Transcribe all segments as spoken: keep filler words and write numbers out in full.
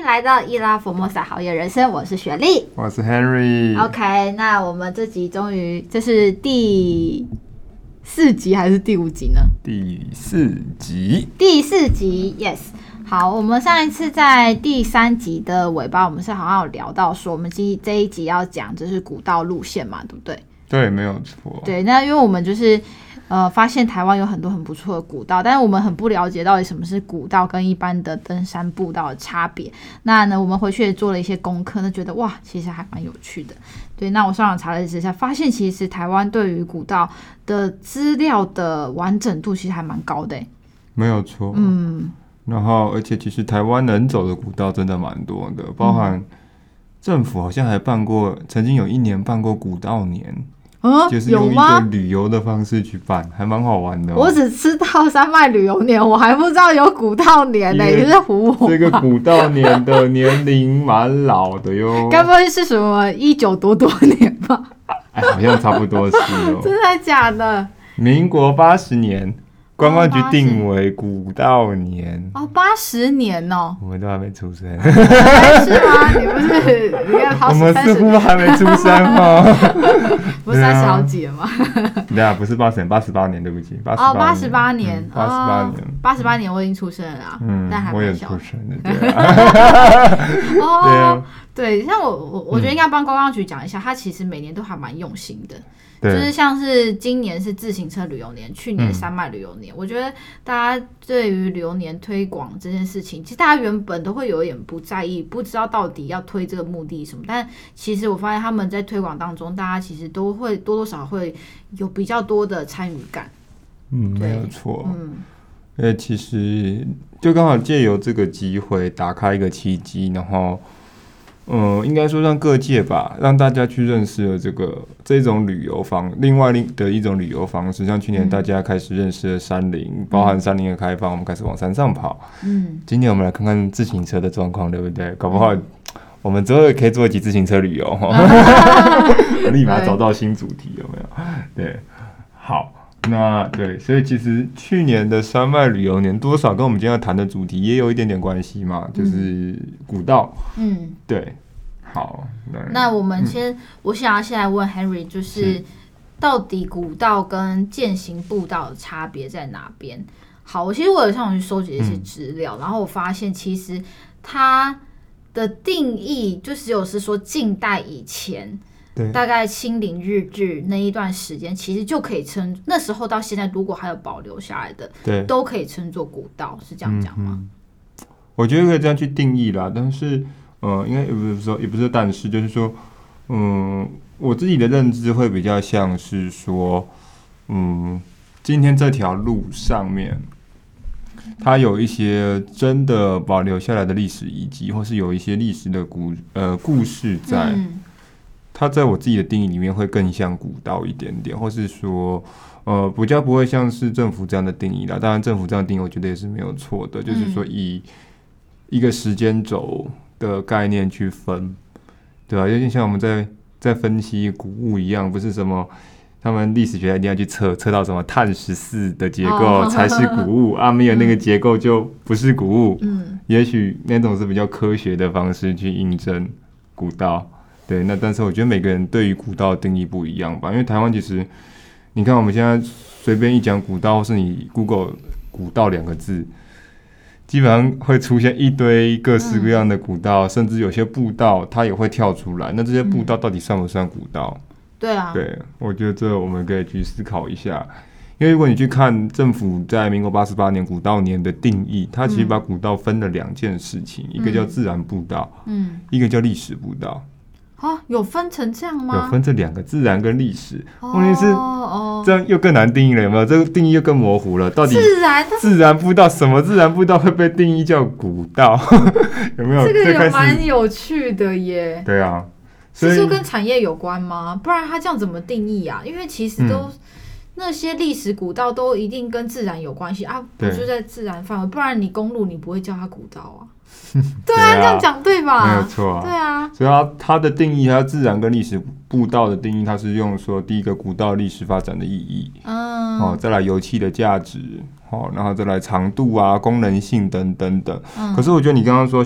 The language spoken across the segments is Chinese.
来到伊拉佛莫萨好野人生，我是雪莉， 我是 Henry。 OK， 那我们这集终于这是第四集还是第五集呢？ 第四集， 第四集 Yes。 好，我们上一次在第三集的尾巴，我们是好像有聊到说我们这一集要讲就是古道路线嘛，对不对？ 对，没有错。 对，那因为我们就是呃发现台湾有很多很不错的古道，但是我们很不了解到底什么是古道跟一般的登山步道的差别。那呢，我们回去也做了一些功课，那觉得哇，其实还蛮有趣的。对，那我上网查了一下，发现其实台湾对于古道的资料的完整度其实还蛮高的。 没有错。 嗯， 然后而且其实台湾能走的古道真的蛮多的，包含政府好像还办过，曾经有一年办过古道年。 嗯， 就是用一个旅游的方式去办，还蛮好玩的、哦。 我只知道山脉旅游年，我还不知道有古道年呢、欸，你是唬我。 这个古道年的年龄蛮老的哟。 该不会是什么一九多多年吧？ 哎，好像差不多是哦。 真的假的？ 民国八十年。观光局定为古道年哦，八十年哦， 我们都还没出生， 是吗？你不是？你看我们似乎还没出生哦， 不是三十好几了吗？ 对啊，不是八十年，八十八年，对不起，八十八哦，八十八年， 八十八年， 八十八年我已经出生了啦，嗯，但还我也小出生了，对啊， 哦， 对啊， 对，像我我我觉得应该帮观光局讲一下，他其实每年都还蛮用心的。就是像是今年是自行车旅游年，去年山脉旅游年、嗯、我觉得大家对于旅游年推广这件事情，其实大家原本都会有点不在意，不知道到底要推这个目的什么，但其实我发现他们在推广当中，大家其实都会多多少少会有比较多的参与感。 嗯，没有错。嗯，因为其实就刚好借由这个机会打开一个契机，然后嗯，应该说让各界吧，让大家去认识了这个这种旅游方，另外的一种旅游方式。像去年大家开始认识了山林，嗯、包含山林的开放，我们开始往山上跑。嗯，今年我们来看看自行车的状况，对不对？搞不好我们之后也可以做一集自行车旅游哈，我立马找到新主题，有没有？对，好。那对，所以其实去年的山脉旅游年多少跟我们今天要谈的主题也有一点点关系嘛，就是古道。嗯，对，好。那, 那我们先，嗯、我想要先来问 Henry， 就是到底古道跟健行步道的差别在哪边？好，我其实我有上网去收集一些资料，嗯、然后我发现其实它的定义就只有是说近代以前。大概清领日治那一段时间，其实就可以称，那时候到现在，如果还有保留下来的，对，都可以称作古道，是这样讲吗？ 嗯嗯？我觉得可以这样去定义啦，但是，呃，应该也不是说，也不是，但是就是说，嗯，我自己的认知会比较像是说，嗯，今天这条路上面，它有一些真的保留下来的历史遗迹，或是有一些历史的故呃故事在。嗯，它在我自己的定义里面会更像古道一点点，或是说，呃，比较不会像是政府这样的定义啦。当然，政府这样的定义，我觉得也是没有错的，嗯、就是说以一个时间轴的概念去分，对吧、啊？就像我们在在分析古物一样，不是什么他们历史学家一定要去测测到什么碳十四的结构才是古物、哦、啊，没有那个结构就不是古物。嗯，也许那种是比较科学的方式去印证古道。对，那但是我觉得每个人对于古道的定义不一样吧，因为台湾其实，你看我们现在随便一讲古道，或是你 Google 古道两个字，基本上会出现一堆各式各样的古道，嗯、甚至有些步道它也会跳出来。那这些步道到底算不算古道？ 嗯、对啊， 对，我觉得这我们可以去思考一下。因为如果你去看政府在民国八十八年古道年的定义，它其实把古道分了两件事情，嗯、一个叫自然步道，嗯，一个叫历史步道。 哦，有分成这样吗？ 有分这两个，自然跟历史。问题是，哦，这样又更难定义了，有没有？这个定义又更模糊了。到底自然自然步道什么自然步道会被定义叫古道？有没有？ 这个也蛮有趣的耶。 对啊， 所以是跟产业有关吗？不然它这样怎么定义啊？因为其实都、嗯、那些历史古道都一定跟自然有关系啊，不就在自然范围？不然你公路你不会叫它古道啊。对啊，这样讲对吧？ 没有错啊。 对啊， 所以它它的定义，它自然跟历史步道的定义，它是用说第一个古道历史发展的意义，嗯，哦，再来油气的价值，哦，然后再来长度啊、功能性等等等。嗯、可是我觉得你刚刚说像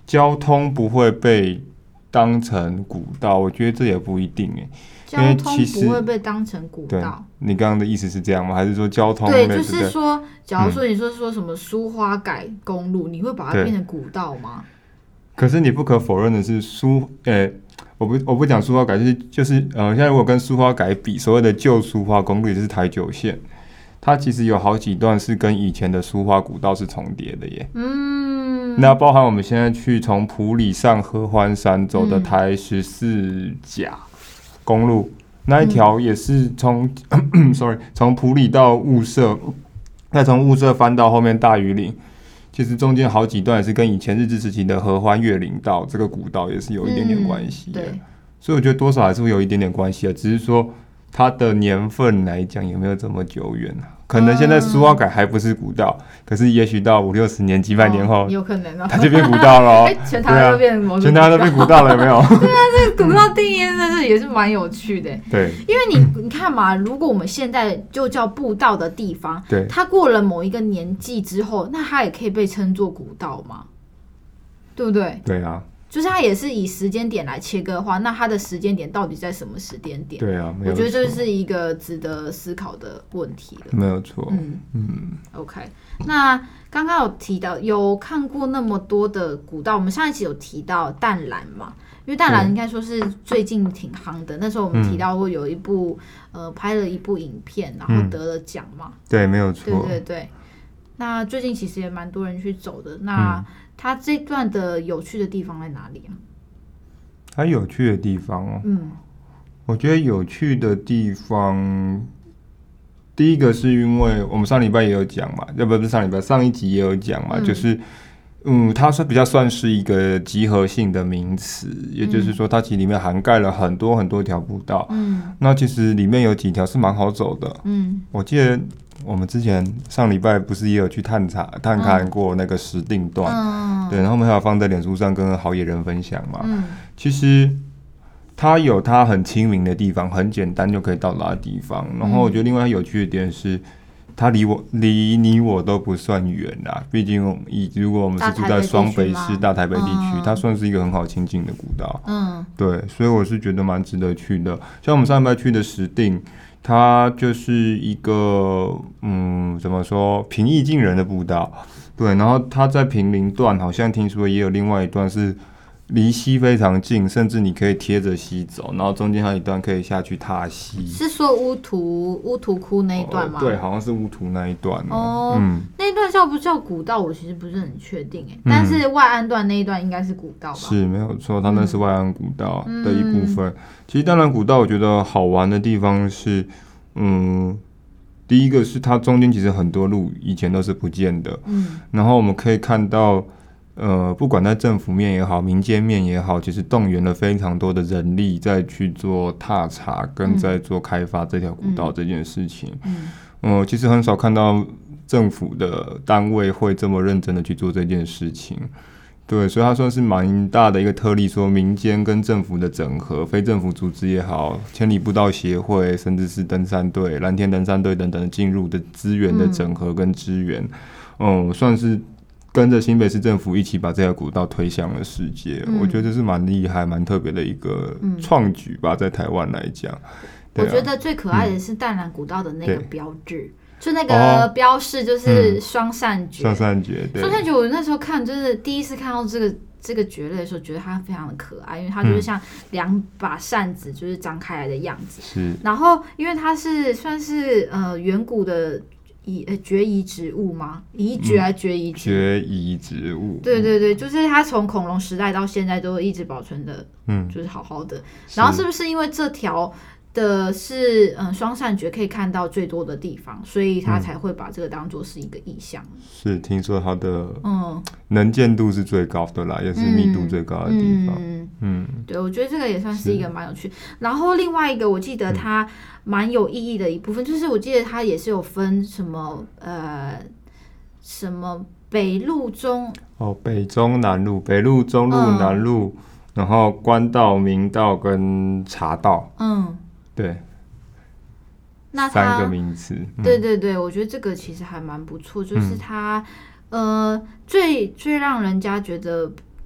交通不会被当成古道，我觉得这也不一定哎。 交通不会被当成古道， 你刚刚的意思是这样吗？还是说交通对，就是说，假如说你说说什么苏花改公路，嗯、你会把它变成古道吗？ 可是你不可否认的是苏，呃、欸，我不我不讲苏花改，就是就是呃，现在如果跟苏花改比，所谓的旧苏花公路也就是台九线，它其实有好几段是跟以前的苏花古道是重叠的耶。嗯，那包含我们现在去从埔里上合欢山走的台十四甲公路、嗯、那一条也是从、嗯、sorry 从埔里到雾社，再从雾社翻到后面大屿岭。其实中间好几段也是跟以前日治时期的合欢越岭道这个古道也是有一点点关系的、嗯、所以我觉得多少还是会有一点点关系的，只是说它的年份来讲有没有这么久远啊？可能现在苏花改还不是古道、嗯，可是也许到五六十年、几百年后，哦、 有可能哦， 它就变古道了、哦欸。全台湾都变古道， 全台湾都变古道了，有没有？ 对啊，这个古道定义真是也是蛮有趣的。 对， 因为你你看嘛，如果我们现在就叫步道的地方，对，它过了某一个年纪之后，那它也可以被称作古道嘛，对不对？ 对啊。 就是它也是以时间点来切割的话，那它的时间点到底在什么时间点？ 对啊，没有错， 我觉得这是一个值得思考的问题了。 没有错，嗯嗯。 OK， 那刚刚有提到有看过那么多的古道，我们上一期有提到淡蓝嘛，因为淡蓝应该说是最近挺夯的。那时候我们提到过有一部、嗯、呃拍了一部影片，然后得了奖嘛、嗯。 对，没有错。 对对对。那最近其实也蛮多人去走的。那、嗯它这段的有趣的地方在哪里啊？ 它有趣的地方哦，嗯，我觉得有趣的地方，第一个是因为我们上礼拜也有讲嘛，要不是上礼拜上一集也有讲嘛、嗯，就是嗯，它是比较算是一个集合性的名词，也就是说，它其实里面涵盖了很多很多条步道，嗯，那其实里面有几条是蛮好走的，嗯，我记得。我们之前上礼拜不是也有去探查探看过那个石碇段、嗯，对，然后我们还有放在脸书上跟好野人分享嘛。嗯、其实它有它很亲民的地方，很简单就可以到达的地方。然后我觉得另外有趣的点是，它离我离你我都不算远啦。毕竟以如果我们是住在双北市大台北地区、嗯，它算是一个很好亲近的古道。嗯，对，所以我是觉得蛮值得去的。像我们上礼拜去的石碇。它就是一个嗯，怎么说平易近人的步道，对。然后它在坪林段好像听说也有另外一段是离溪非常近，甚至你可以贴着溪走，然后中间还有一段可以下去踏溪。 是说乌图乌图窟那一段吗？ 哦、对，好像是乌图那一段哦。 哦，嗯，那一段叫不叫古道？我其实不是很确定哎、嗯，但是外安段那一段应该是古道吧？ 是没有错，它那是外安古道的一部分。嗯、其实当然古道我觉得好玩的地方是，嗯。第一个是它中间其实很多路以前都是不见的，嗯，然后我们可以看到，呃，不管在政府面也好，民间面也好，其实动员了非常多的人力在去做踏查跟在做开发这条古道这件事情，嗯，嗯呃，其实很少看到政府的单位会这么认真的去做这件事情。对，所以它算是蛮大的一个特例，说民间跟政府的整合，非政府组织也好，千里步道协会，甚至是登山队、蓝天登山队等等进入的资源的整合跟支援，嗯，嗯，算是跟着新北市政府一起把这条古道推向了世界。嗯、我觉得这是蛮厉害、蛮特别的一个创举吧，在台湾来讲、啊。 我觉得最可爱的是淡蓝古道的那个标志。就那个标示就是双扇蕨， 双扇蕨，对， 双扇蕨。我那时候看，就是第一次看到这个这个蕨类的时候，觉得它非常的可爱，因为它就是像两把扇子，就是张开来的样子。是。然后，因为它是算是呃远古的遗呃蕨遗植物吗？遗蕨还是蕨遗植？ 蕨遗植物。 对对对，就是它从恐龙时代到现在都一直保存的，嗯，就是好好的。然后是不是因为这条？的是嗯双扇蕨可以看到最多的地方，所以他才会把这个当作是一个意象。嗯、 是听说它的嗯能见度是最高的啦，也是密度最高的地方。嗯， 嗯对，我觉得这个也算是一个蛮有趣。然后另外一个我记得它蛮有意义的一部分，嗯、就是我记得它也是有分什么呃什么北路中哦北中南路，北路中路、嗯、南路，然后官道、明道跟茶道。嗯。对， 那三个名词、 嗯。对对对，我觉得这个其实还蛮不错，就是它、嗯、呃最最让人家觉得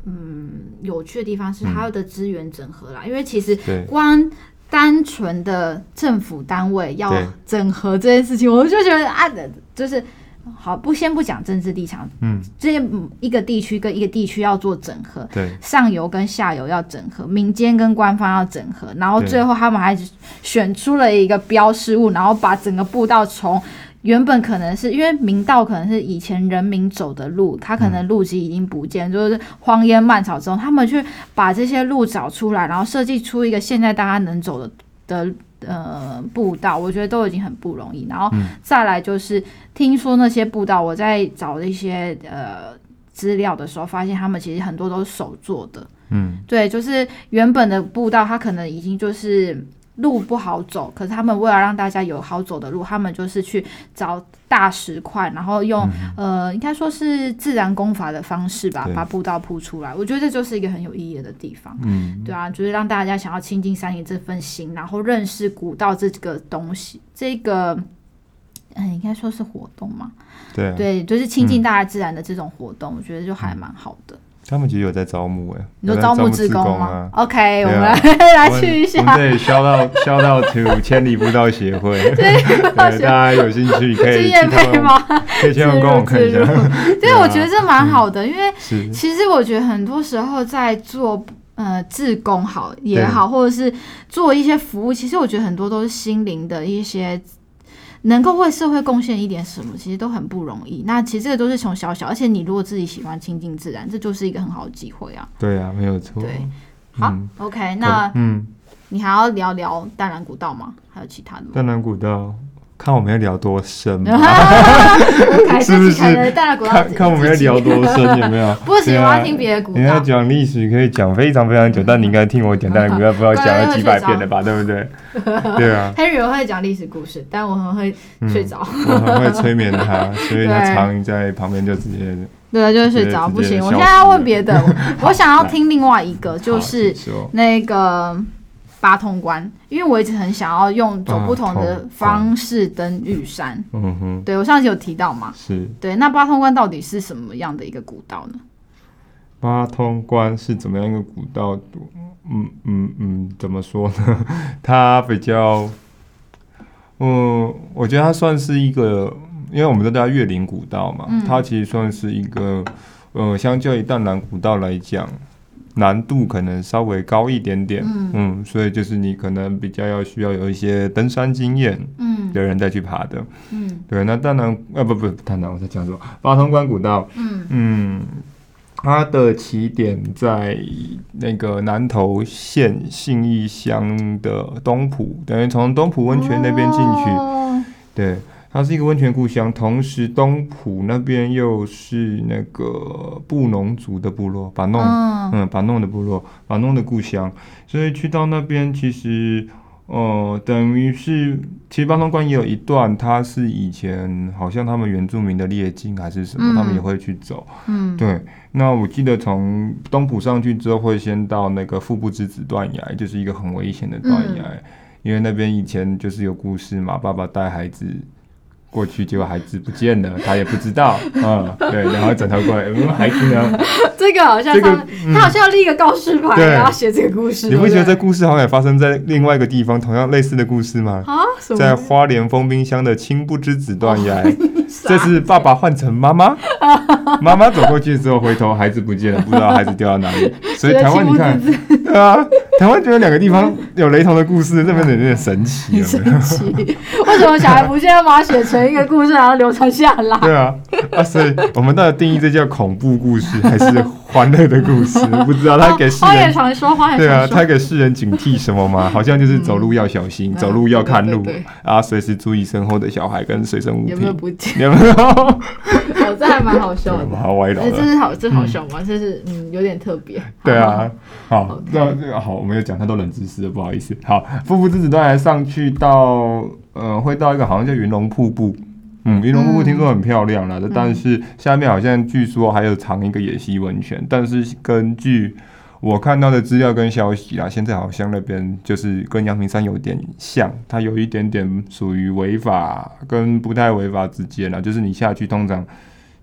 嗯有趣的地方是它的资源整合啦，嗯、因为其实对光单纯的政府单位要整合这件事情，我就觉得啊，就是好不先不讲政治立场，嗯，这一个地区跟一个地区要做整合， 对， 上游跟下游要整合，民间跟官方要整合，然后最后他们还选出了一个标示物，然后把整个步道从原本可能是因为明道可能是以前人民走的路，它可能路基已经不见，嗯、就是荒烟蔓草之后，他们去把这些路找出来，然后设计出一个现在大家能走的的呃步道，我觉得都已经很不容易。然后再来就是、嗯、听说那些步道，我在找一些呃资料的时候，发现他们其实很多都是手做的。嗯，对，就是原本的步道，它可能已经就是路不好走，可是他们为了让大家有好走的路，他们就是去找大石块，然后用、嗯、呃，应该说是自然工法的方式吧，把步道铺出来。我觉得这就是一个很有意义的地方。嗯，对啊，就是让大家想要亲近山林这份心，然后认识古道这个东西，这个嗯，应该说是活动嘛。 对、啊， 对，就是亲近大自然的这种活动，嗯、我觉得就还蛮好的。 他们其实有在招募哎、欸， 你说招募志工吗、 啊、 ？OK，、 啊、 我们来来去一下。 我们对，shout out shout out to 千里步道协会，对，对大家有兴趣可以去他们，可以去他们官网看一下。 对，我觉得这蛮好的，嗯、因为其实我觉得很多时候在做呃志工好也好，或者是做一些服务，其实我觉得很多都是心灵的一些。能够为社会贡献一点什么，其实都很不容易。那其实这个都是从小小，而且你如果自己喜欢亲近自然，这就是一个很好的机会啊。 对啊，没有错。 对，好、嗯、，OK， 那嗯，你还要聊聊淡蓝古道吗？还有其他的吗？ 淡蓝古道，看我们要聊多深嘛， 是不是？ 看看我们要聊多深，有没有？ 不行，我要听别的古道。 你要讲历史可以讲非常非常久，但你应该听我讲淡蓝古道，不知道讲了几百遍了吧？对不对？对啊。 Henry 我会讲历史故事，但我很会睡着、 嗯。我很会催眠他，所以他常在旁边就直接。 对，就是睡着，不行。我现在要问别的，我想要听另外一个，就是那个。八通关，因为我一直很想要用走不同的方式登玉山。嗯哼，对我上次有提到嘛， 是对。那八通关到底是什么样的一个古道呢？ 八通关是怎么样一个古道？嗯嗯嗯，怎么说呢？它比较，嗯，我觉得它算是一个，因为我们都叫越岭古道嘛，嗯、它其实算是一个，呃，相较于淡蓝古道来讲。难度可能稍微高一点点，嗯, 嗯，所以就是你可能比较要需要有一些登山经验的人再去爬的，嗯，对。那淡蓝啊不不淡蓝，我在讲什么？八通关古道，嗯嗯，它的起点在那个南投县信义乡的东埔，等于从东埔温泉那边进去，哦、对。它是一个温泉故乡，同时东埔那边又是那个布农族的部落，把弄，嗯, 嗯，把弄的部落，把弄的故乡，所以去到那边其实，呃，等于是，其实八通关也有一段，它是以前好像他们原住民的列境还是什么，嗯、他们也会去走，嗯，对。那我记得从东埔上去之后，会先到那个腹部之子断崖，就是一个很危险的断崖，嗯、因为那边以前就是有故事嘛，爸爸带孩子。过去结果孩子不见了，他也不知道，嗯，对，然后转头过来，嗯，孩子呢？ 这个好像他、这个嗯、他好像要立一个告示牌，然后写这个故事。 你不觉得这故事好像也发生在另外一个地方，同样类似的故事吗？啊，在花莲丰滨乡的青布之子断崖，哦、这是爸爸换成妈妈，妈妈走过去之后回头，孩子不见了，不知道孩子掉到哪里。所以台湾你看，对啊，台湾觉得两个地方有雷同的故事，这边有点神奇，有没有？ 神奇，为什么小孩不见要把它写成一个故事，然后流传下来？ 对啊，啊，所以我们到底定义这叫恐怖故事还是欢乐的故事？不知道他给世人、哦、 花野传说，花野传说， 对啊，他给世人警惕什么吗？好像就是走路要小心，嗯、走路要看路，对对对对啊，随时注意身后的小孩跟随身物品。 有没有不见？ 有没有？ 哦，这还蛮好笑的， 好歪了。 这是好，这好笑吗？嗯、这是嗯，有点特别。 对啊，好，那这个好，我们有讲太多冷知识了，不好意思。好，腹部之子断崖上去到呃，会到一个好像叫云龙瀑布。嗯，云龙瀑布听说很漂亮啦，嗯、但是下面好像据说还有藏一个野溪温泉，但是根据我看到的资料跟消息啦，现在好像那边就是跟阳明山有点像，它有一点点属于违法跟不太违法之间啦，就是你下去通常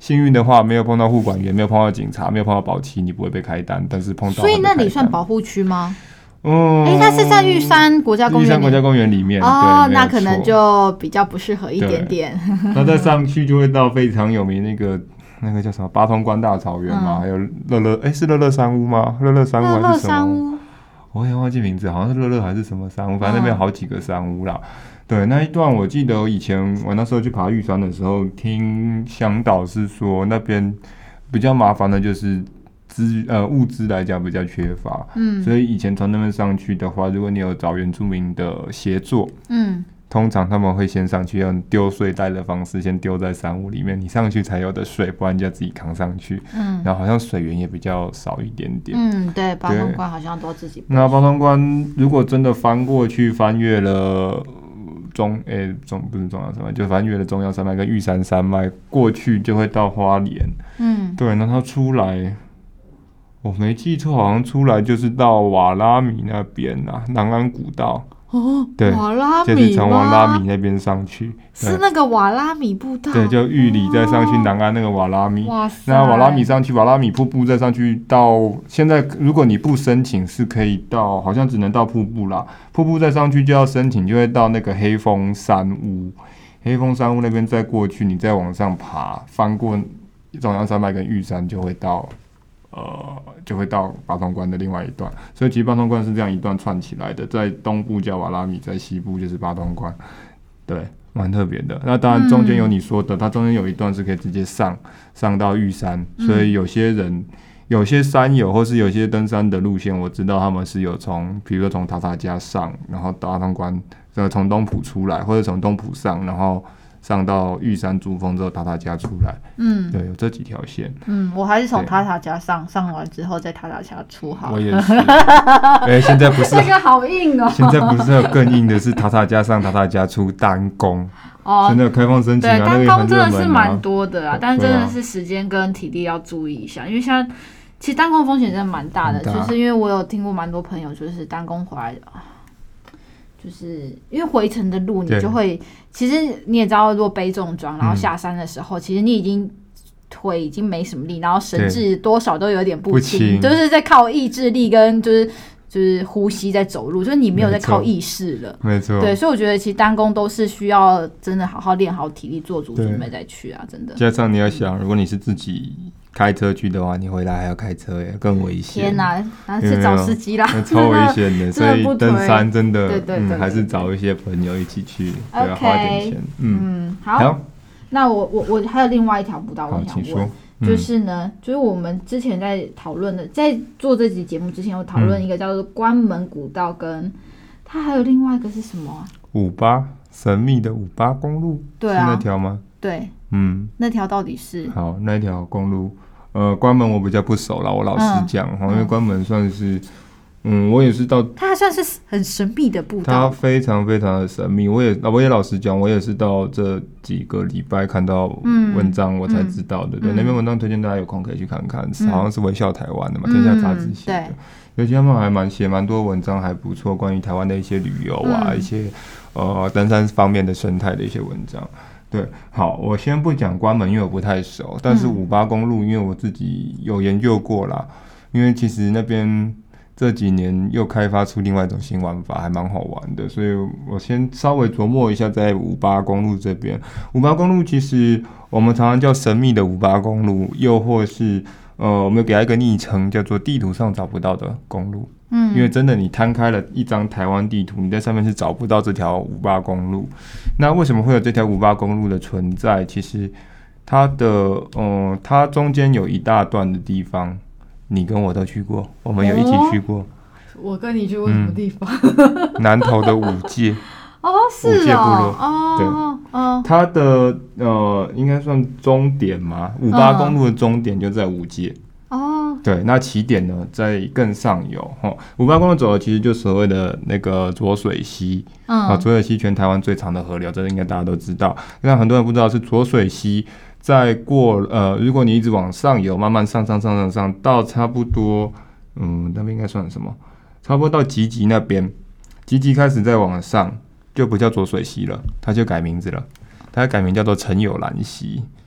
幸运的话，没有碰到护管员，没有碰到警察，没有碰到保期，你不会被开单。但是碰到， 所以那里算保护区吗？ 嗯， 哎、欸，它是在玉山国家公园， 玉山国家公园里面哦，那可能就比较不适合一点点。 那再上去就会到非常有名那个那个叫什么八通关大草原嘛，嗯、还有乐乐，哎、欸，是乐乐山屋吗？乐乐山屋还是什么？我也忘记名字，好像是乐乐还是什么山屋，反正那边有好几个山屋啦。嗯、对，那一段我记得以前我那时候去爬玉山的时候，听向导是说那边比较麻烦的就是资呃物资来讲比较缺乏，嗯，所以以前从那边上去的话，如果你有找原住民的协作，嗯，通常他们会先上去用丢睡袋的方式先丢在山屋里面，你上去才有的水，不然就要自己扛上去，嗯，然后好像水源也比较少一点点， 嗯，对，八通关好像都自己。 那八通关如果真的翻过去，翻越了中诶、欸、中不是中央山脉，就翻越了中央山脉跟玉山山脉过去，就会到花莲，嗯，对，然后出来。我没记错，好像出来就是到瓦拉米那边啊，南安古道。 哦，对，瓦拉米吗？ 就是从瓦拉米那边上去， 是那个瓦拉米步道。 对，就玉里再上去南安那个瓦拉米。哇塞！那瓦拉米上去，瓦拉米瀑布再上去到现在，如果你不申请是可以到，好像只能到瀑布啦。瀑布再上去就要申请，就会到那个黑风山屋。黑风山屋那边再过去，你再往上爬，翻过中央山脉跟玉山，就会到。呃，就会到八通关的另外一段，所以其实八通关是这样一段串起来的，在东部叫瓦拉米，在西部就是八通关，对，蛮特别的。那当然中间有你说的，嗯、它中间有一段是可以直接上上到玉山，所以有些人、有些山友或是有些登山的路线，我知道他们是有从，比如说从塔塔加上，然后到八通关，呃，从东埔出来，或者从东埔上，然后。上到玉山珠峰之后，塔塔加出来，嗯，对，有这几条线。 嗯，我还是从塔塔加上，上完之后再塔塔加出好。 我也是。哎、欸，现在不是这个好硬哦。 现在不是有更硬的是塔塔加上，塔塔加出单攻。哦，现在有开放申请啊， 对，单攻真的是蛮多的啊， 啊但是真的是时间跟体力要注意一下，因为现在其实单攻风险真的蛮大的，大就是因为我有听过蛮多朋友就是单攻回来的。就是因为回程的路，你就会，其实你也知道，如果背重装，然后下山的时候，嗯、其实你已经腿已经没什么力，然后神志多少都有点不清，就是在靠意志力跟就是就是呼吸在走路，就是你没有在靠意识了， 没错， 对，所以我觉得其实单攻都是需要真的好好练好体力，做足准备再去啊，真的。 加上你要想，如果你是自己。开车去的话，你回来还要开车耶，更危险。 天哪，然后去找司机啦， 超危险的。所以登山真的， 对对对对嗯，还是找一些朋友一起去，对，要花点钱。嗯， 嗯好。好那我我我还有另外一条步道，我想问，嗯、就是呢，就是我们之前在讨论的，在做这集节目之前有讨论一个叫做关门古道跟，跟它还有另外一个是什么啊？ 五八神秘的五八公路， 对啊， 是那条吗？ 对，嗯，那条到底是好那条公路。呃，关门我比较不熟啦，我老实讲哈、嗯，因为关门算是，嗯，我也是到， 它还算是很神秘的步道， 它非常非常的神秘。我也，我也老实讲，我也是到这几个礼拜看到文章我才知道的。嗯、对，嗯、那篇文章推荐大家有空可以去看看，嗯、好像是微笑台湾的嘛，天下杂志写的。 对， 尤其他们还蛮写蛮多文章，还不错，关于台湾的一些旅游啊，嗯、一些呃登山方面的生态的一些文章。对，好，我先不讲关门，因为我不太熟。但是五八公路，因为我自己有研究过啦，因为其实那边这几年又开发出另外一种新玩法，还蛮好玩的。所以我先稍微琢磨一下，在五八公路这边，五八公路其实我们常常叫神秘的五八公路，又或是呃，我们给它一个昵称，叫做地图上找不到的公路。嗯，因为真的，你摊开了一张台湾地图，你在上面是找不到这条五八公路。那为什么会有这条五八公路的存在？其实它的，嗯，它中间有一大段的地方，你跟我都去过，我们有一起去过。哦、 我跟你去过什么地方？ 嗯、南投的五界。 哦，是哦， 五界部落。 哦， 对，哦，它的呃，应该算终点嘛，五八公路的终点就在五界。哦，对，那起点呢在更上游哈，五八公路走的其实就所谓的那个浊水溪，嗯，啊，浊水溪全台湾最长的河流，这应该大家都知道。但很多人不知道是浊水溪，在过呃，如果你一直往上游，慢慢上上上上上到差不多，嗯，那边应该算什么？差不多到集集那边，集集开始再往上，就不叫浊水溪了，它就改名字了，它改名叫做陈有兰溪。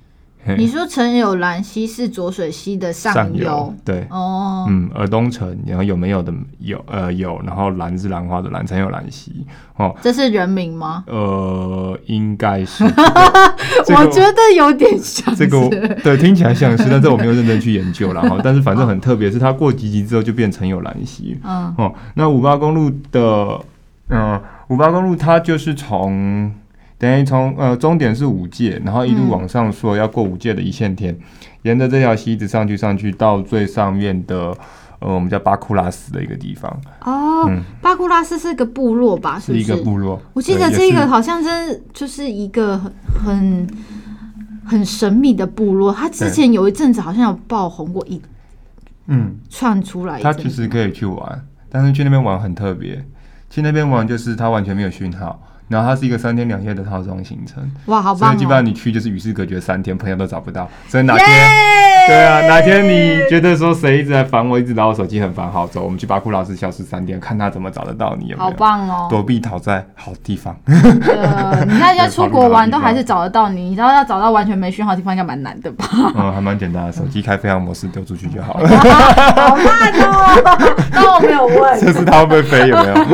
你说陈有兰溪是浊水溪的上游， 上游对哦， 嗯，尔东城，然后有没有的有呃有，然后兰是兰花的兰，陈有兰溪哦， 这是人名吗？ 呃，应该是、 这个，我觉得有点像这个，对，听起来像是，但是我没有认真去研究啦哈。但是反正很特别，是它过几级之后就变陈有兰溪，嗯，哦，那五八公路的，嗯，五八公路它就是从。等于从呃终点是五界，然后一路往上说要过五界的一线天，嗯、沿着这条溪一直上去上去到最上面的呃我们叫巴库拉斯的一个地方。 哦，嗯、巴库拉斯是个部落吧？是不是？ 是一个部落。 我记得这个好像真就是一个很很很神秘的部落，它之前有一阵子好像有爆红过一嗯窜出来一。 它其实可以去玩，但是去那边玩很特别，去那边玩就是它完全没有讯号。然后它是一个三天两夜的套装行程， 哇，好棒、哦！ 所以基本上你去就是与世隔绝三天，朋友都找不到。所以哪天， yeah! 对啊，哪天你觉得说谁一直在烦我，一直拿我手机很烦，好走，我们去巴库拉斯消失三天，看他怎么找得到你有没有？ 好棒哦！ 躲避讨债好地方。 呃，你看现在出国玩都还是找得到你，你知道要找到完全没讯号的地方应该蛮难的吧？ 嗯，还蛮简单的，手机开飞行模式丢出去就好了。 好慢哦！那我没有问， 这是它会不会飞有没有？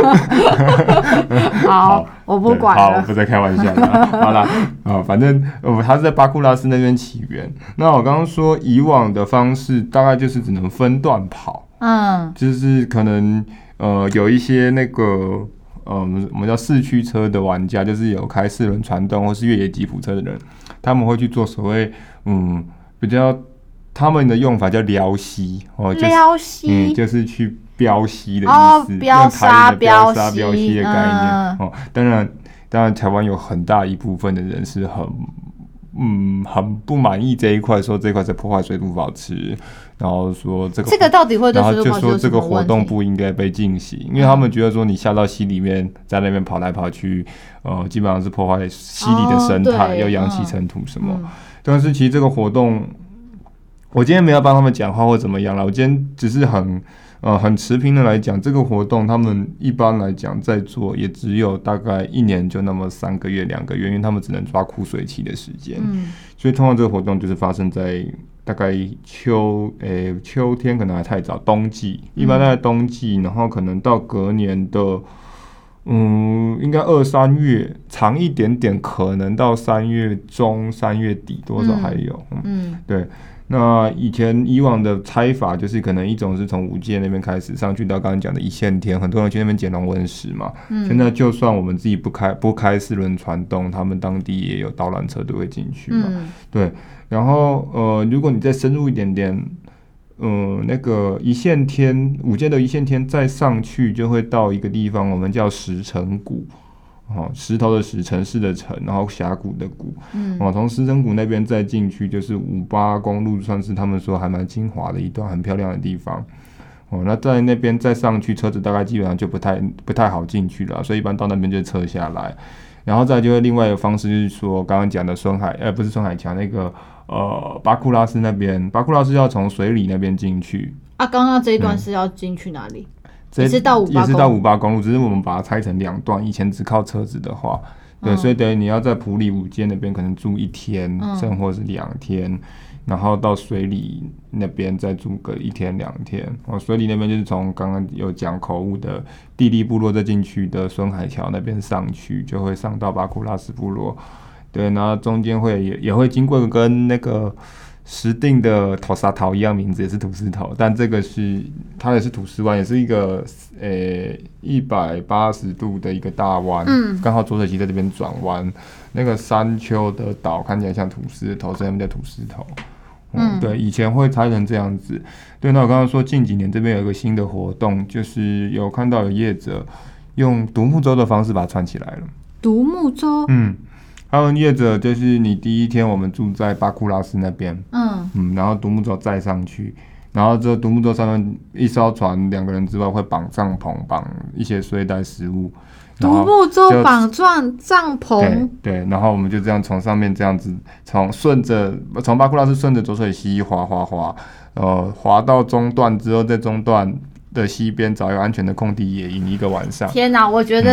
好。我不管了， 好，我不再开玩笑了。好啦，啊，反正呃，它是在巴库拉斯那边起源。那我刚刚说以往的方式，大概就是只能分段跑，嗯，就是可能呃有一些那个呃我们叫四驱车的玩家，就是有开四轮传动或是越野吉普车的人，他们会去做所谓嗯比较他们的用法叫撩溪哦， 撩溪， 嗯，就是去。标溪的意思， 哦、标沙标沙标溪的概念、嗯、哦。当然，当然，台湾有很大一部分的人是很嗯很不满意这一块，说这一块在破坏水土保持，然后说这个这个到底会对水土保持，然后就说这个活动不应该被进行，因为他们觉得说你下到溪里面，在那边跑来跑去，呃，基本上是破坏溪里的生态，要扬起尘土什么。嗯、但是其实这个活动，我今天没有帮他们讲话或怎么样了，我今天只是很。呃，很持平的来讲，这个活动他们一般来讲在做，也只有大概一年就那么三个月、两个月，因为他们只能抓枯水期的时间，嗯，所以通常这个活动就是发生在大概秋诶、欸、秋天可能还太早，冬季一般在冬季，然后可能到隔年的嗯，应该二三月长一点点，可能到三月中、三月底多少还有，嗯，嗯对。那以前以往的拆法就是可能一种是从五界那边开始上去到刚刚讲的一线天，很多人去那边捡龙问石嘛。嗯、现在就算我们自己不开不开四轮传动，他们当地也有导览车都会进去嘛。嗯、对，然后呃，如果你再深入一点点，嗯、呃，那个一线天五界的一线天再上去，就会到一个地方，我们叫石城谷。哦，石头的石，城市的城，然后峡谷的谷，嗯，哦，从石城谷那边再进去，就是五八公路，算是他们说还蛮精华的一段很漂亮的地方。哦，那在那边再上去，车子大概基本上就不太不太好进去了，所以一般到那边就撤下来，然后再就会另外一个方式，就是说刚刚讲的孙海，呃，不是孙海桥那个呃巴库拉斯那边，巴库拉斯要从水里那边进去。 啊，刚刚这一段是要进去哪里？ 嗯也是到五八公路，只是我们把它拆成两段。以前只靠车子的话，对，嗯、所以等于你要在埔里五街那边可能住一天，嗯、甚或是两天，然后到水里那边再住个一天两天。哦，水里那边就是从刚刚有讲口误的地利部落再进去的孙海桥那边上去，就会上到巴库拉斯部落。对，然后中间会也也会经过跟那个。石定的头沙头一样名字也是土石头，但这个是它也是土石湾，也是一个呃一百八十度的一个大湾，嗯，刚好浊水溪在这边转弯，那个山丘的岛看起来像土石头，所以他们叫土石头。嗯，对，以前会拆成这样子。对，那我刚刚说近几年这边有一个新的活动，就是有看到有业者用独木舟的方式把它串起来了。 独木舟， 嗯。他们业者就是你第一天我们住在巴库拉斯那边，嗯嗯，然后独木舟载上去，然后这独木舟上面一艘船两个人之外会绑帐篷，绑一些睡袋、食物。 独木舟绑帐帐篷， 对对，然后我们就这样从上面这样子从顺着从巴库拉斯顺着浊水溪滑滑滑，呃，滑到中段之后，在中段的溪边找一个安全的空地野营一个晚上。 天哪，我觉得、嗯。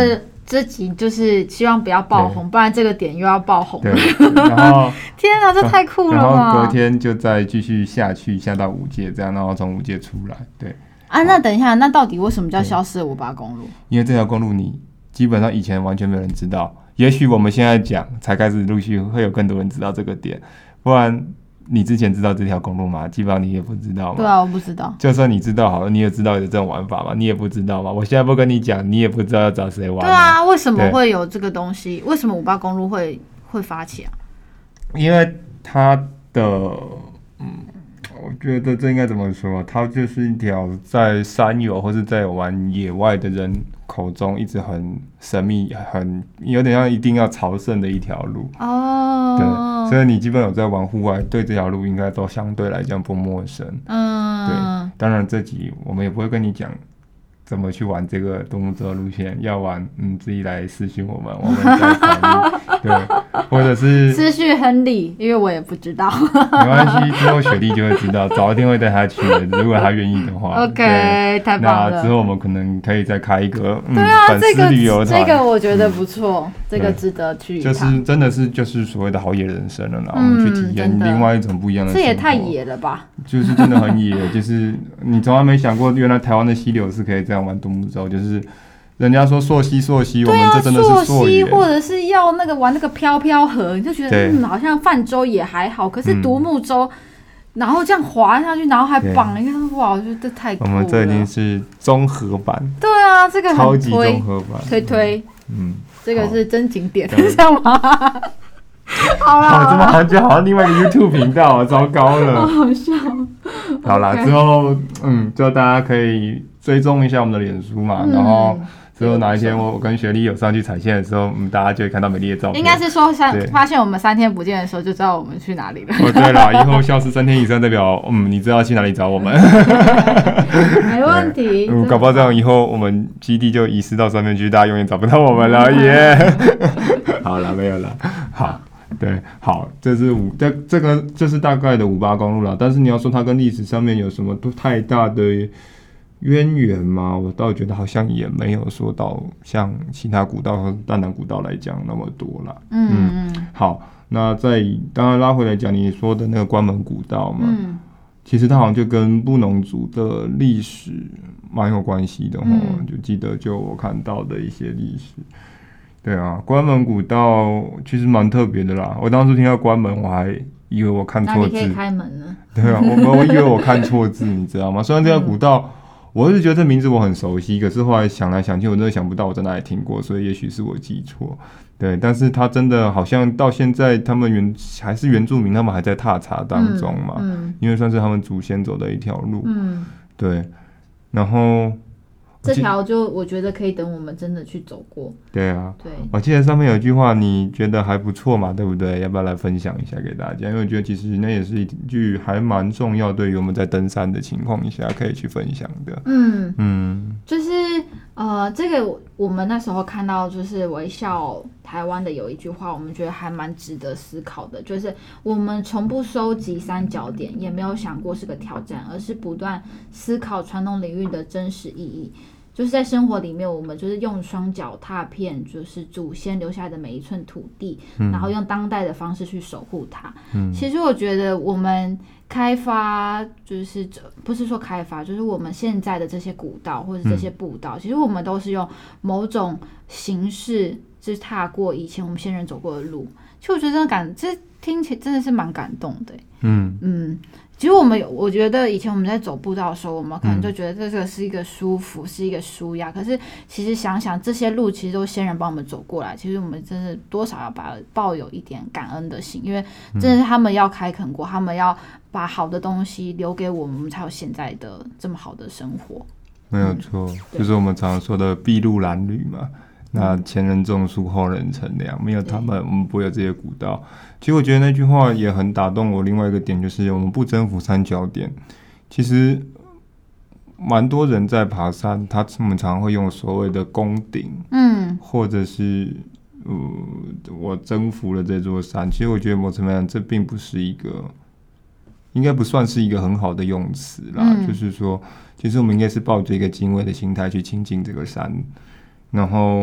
这集就是希望不要爆红，不然这个点又要爆红。 对，然后天啊，这太酷了吧！ 然后隔天就再继续下去，下到五界这样，然后从五界出来。对啊，那等一下，那到底为什么叫消失的五八公路？ 因为这条公路你基本上以前完全没有人知道，也许我们现在讲才开始陆续会有更多人知道这个点，不然。你之前知道这条公路吗？基本上你也不知道嘛。 对啊，我不知道。 就算你知道好了，你也知道有这种玩法吗？你也不知道嘛。我现在不跟你讲，你也不知道要找谁玩。 对啊，为什么会有这个东西？为什么五八公路会会发起啊？ 因为它的，嗯，我觉得这应该怎么说？它就是一条在山友或是在玩野外的人口中一直很神秘、很有点像一定要朝圣的一条路。 哦， 对，所以你基本有在玩户外，对这条路应该都相对来讲不陌生。 嗯， 对，当然这集我们也不会跟你讲怎么去玩这个独木舟路线，要玩嗯自己来私讯我们，我们再考虑。对，或者是私讯亨利，因为我也不知道。 没关系，之后雪莉就会知道，早一天会带他去的，如果他愿意的话。 OK， 太棒了。 那之后我们可能可以再开一个嗯对啊， 粉丝旅游团， 这个我觉得不错，嗯、这个值得去一趟。 就是真的是就是所谓的好野人生了啦，嗯、我们去体验另外一种不一样的生活。 这也太野了吧！ 就是真的很野，就是你从来没想过，原来台湾的溪流是可以这样玩独木舟，就是人家说溯溪溯溪，我们这真的是溯溪，或者是要那个玩那个飘飘河，你就觉得嗯，好像泛舟也还好，可是独木舟。嗯然后这样滑下去，然后还绑一个，哇！我觉得这太酷了。 我们这已经是综合版。 对啊，这个很超级综合版， 推推。 嗯， 这个是真景点，这样吗？好啦， 我怎么好像好像另外一个 YouTube 频道啊，糟糕了。 好好笑。 好啦， okay. 之后嗯，就大家可以追踪一下我们的脸书嘛，嗯、然后。之后哪一天我跟雪莉有上去踩线的时候，嗯，大家就会看到美丽的照片。 应该是说，像发现我们三天不见的时候，就知道我们去哪里了。 哦，对了，以后消失三天以上，代表嗯，你知道去哪里找我们。 没问题。 嗯，搞不好这样以后我们基地就遗失到上面去，大家永远找不到我们了耶。Yeah 好了，没有了。好，对，好，这是五，这这个这是大概的五八公路了。但是你要说它跟历史上面有什么都太大的渊源吗？我倒觉得好像也没有说到像其他古道和淡南古道来讲那么多啦。 嗯嗯。 好，那再当然拉回来讲你说的那个关门古道嘛， 嗯， 其实它好像就跟布农族的历史蛮有关系的齁、嗯、就记得就我看到的一些历史。对啊，关门古道其实蛮特别的啦。我当初听到关门，我还以为我看错字。那你可以开门了。 对啊，我我以为我看错字，你知道吗？虽然这条古道。嗯，我是觉得这名字我很熟悉，可是后来想来想去，我真的想不到我在哪里听过，所以也许是我记错。对，但是他真的好像到现在，他们原还是原住民，他们还在踏查当中嘛， 嗯嗯、 因为算是他们祖先走的一条路。 嗯， 对。然后这条就我觉得可以等我们真的去走过。 对啊， 对。 我记得上面有一句话，你觉得还不错嘛，对不对？要不要来分享一下给大家？因为我觉得其实那也是一句还蛮重要，对于我们在登山的情况下可以去分享的。 嗯嗯， 就是呃，这个我们那时候看到，就是微笑台湾的有一句话，我们觉得还蛮值得思考的，就是我们从不收集三角点，也没有想过是个挑战，而是不断思考传统领域的真实意义。就是在生活里面，我们就是用双脚踏遍，就是祖先留下来的每一寸土地，嗯、然后用当代的方式去守护它。嗯、其实我觉得我们开发，就是不是说开发，就是我们现在的这些古道或者这些步道，嗯、其实我们都是用某种形式，就是踏过以前我们先人走过的路。其实我觉得真的感，这听起来真的是蛮感动的。嗯嗯。其实我们有，我觉得以前我们在走步道的时候，我们可能就觉得这个是一个舒服，嗯、是一个舒压。可是其实想想，这些路其实都是先人帮我们走过来。其实我们真是多少要把抱有一点感恩的心，因为真的是他们要开垦过，他们要把好的东西留给我们，我们才有现在的这么好的生活。 没有错，嗯、就是我们常常说的筚路蓝缕嘛。那前人种树，后人乘凉，没有他们，我们不会有这些古道。其实我觉得那句话也很打动我。另外一个点就是，我们不征服三角点。其实蛮多人在爬山，他们常常会用所谓的攻顶，嗯，或者是呃，我征服了这座山。其实我觉得某层面这并不是一个，应该不算是一个很好的用词啦。嗯、就是说，其实我们应该是抱着一个敬畏的心态去亲近这个山。然后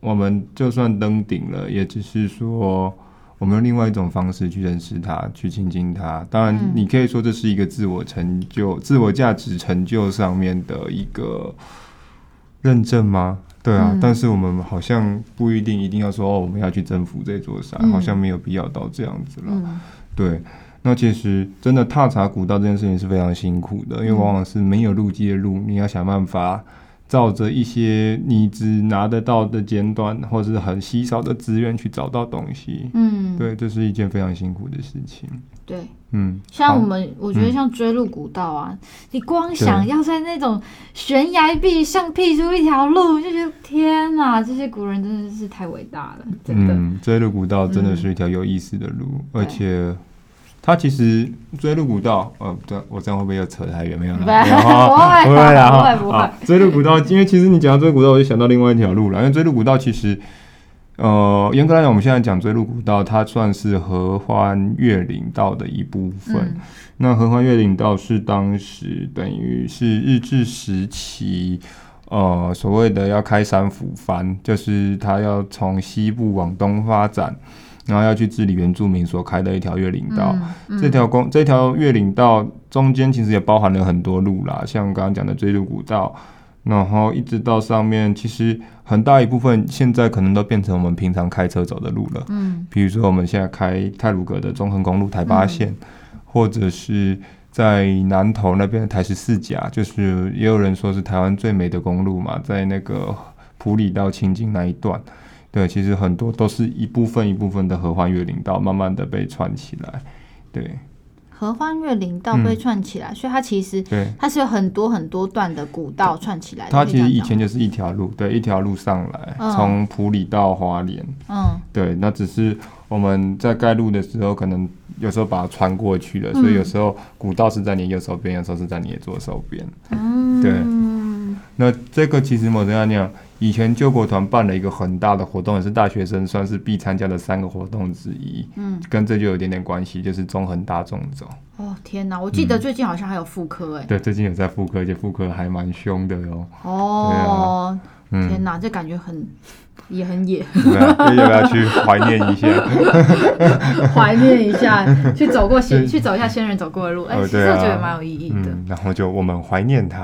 我们就算登顶了，也只是说我们用另外一种方式去认识它，去亲近它。当然，你可以说这是一个自我成就、自我价值成就上面的一个认证吗？对啊，嗯、但是我们好像不一定一定要说哦，我们要去征服这座山，嗯、好像没有必要到这样子了。嗯、对，那其实真的踏查古道这件事情是非常辛苦的，因为往往是没有路基的路，你要想办法照着一些你只拿得到的尖端或是很稀少的资源去找到东西。嗯，对，这是一件非常辛苦的事情。 对，嗯，像我们，我觉得像追鹿古道啊，嗯、你光想要在那种悬崖壁上辟出一条路，就觉得天哪，这些古人真的是太伟大了，真的。 嗯，追鹿古道真的是一条有意思的路，嗯、而且它其实追鹿古道，呃，对，我这样会不会又扯太远？没有啦， 不会， 不会啦， 不会，不会。 追鹿古道，因为其实你讲到追鹿古道，我就想到另外一条路了，因为追鹿古道其实。呃，严格来讲，我们现在讲追鹿古道，它算是合欢越岭道的一部分。嗯、那合欢越岭道是当时等于是日治时期，呃，所谓的要开山抚番，就是它要从西部往东发展，然后要去治理原住民所开的一条越岭道。嗯嗯、这条公这条越岭道中间其实也包含了很多路啦，像刚刚讲的追鹿古道。然后一直到上面，其实很大一部分现在可能都变成我们平常开车走的路了。嗯，比如说我们现在开太鲁阁的中横公路台八线，嗯、或者是在南投那边的台十四甲，就是也有人说是台湾最美的公路嘛，在那个埔里到清境那一段。对，其实很多都是一部分一部分的合欢越岭道，慢慢的被串起来。对。 合欢越岭道被串起来，嗯、所以它其实它是有很多很多段的古道串起来的。 它其实以前就是一条路，对，一条路上来，从埔里到花莲。嗯，对，那只是我们在盖路的时候，可能有时候把它穿过去了，嗯、所以有时候古道是在你右手边，有时候是在你的左手边。嗯，对。那这个其实某种程度讲，以前救国团办了一个很大的活动，也是大学生算是必参加的三个活动之一。嗯，跟这就有点点关系，就是中横大纵走。 哦天哪，我记得最近好像还有复刻哎、欸嗯。 对，最近有在复刻，而且复刻还蛮凶的哦。 哦，对啊嗯、天哪，这感觉很也很野。 对啊，要不要去怀念一下？ 怀念一下，去走过先去走一下先人走过的路，哎、欸，哦啊、其实我觉得蛮有意义的、 嗯。然后就我们怀念他。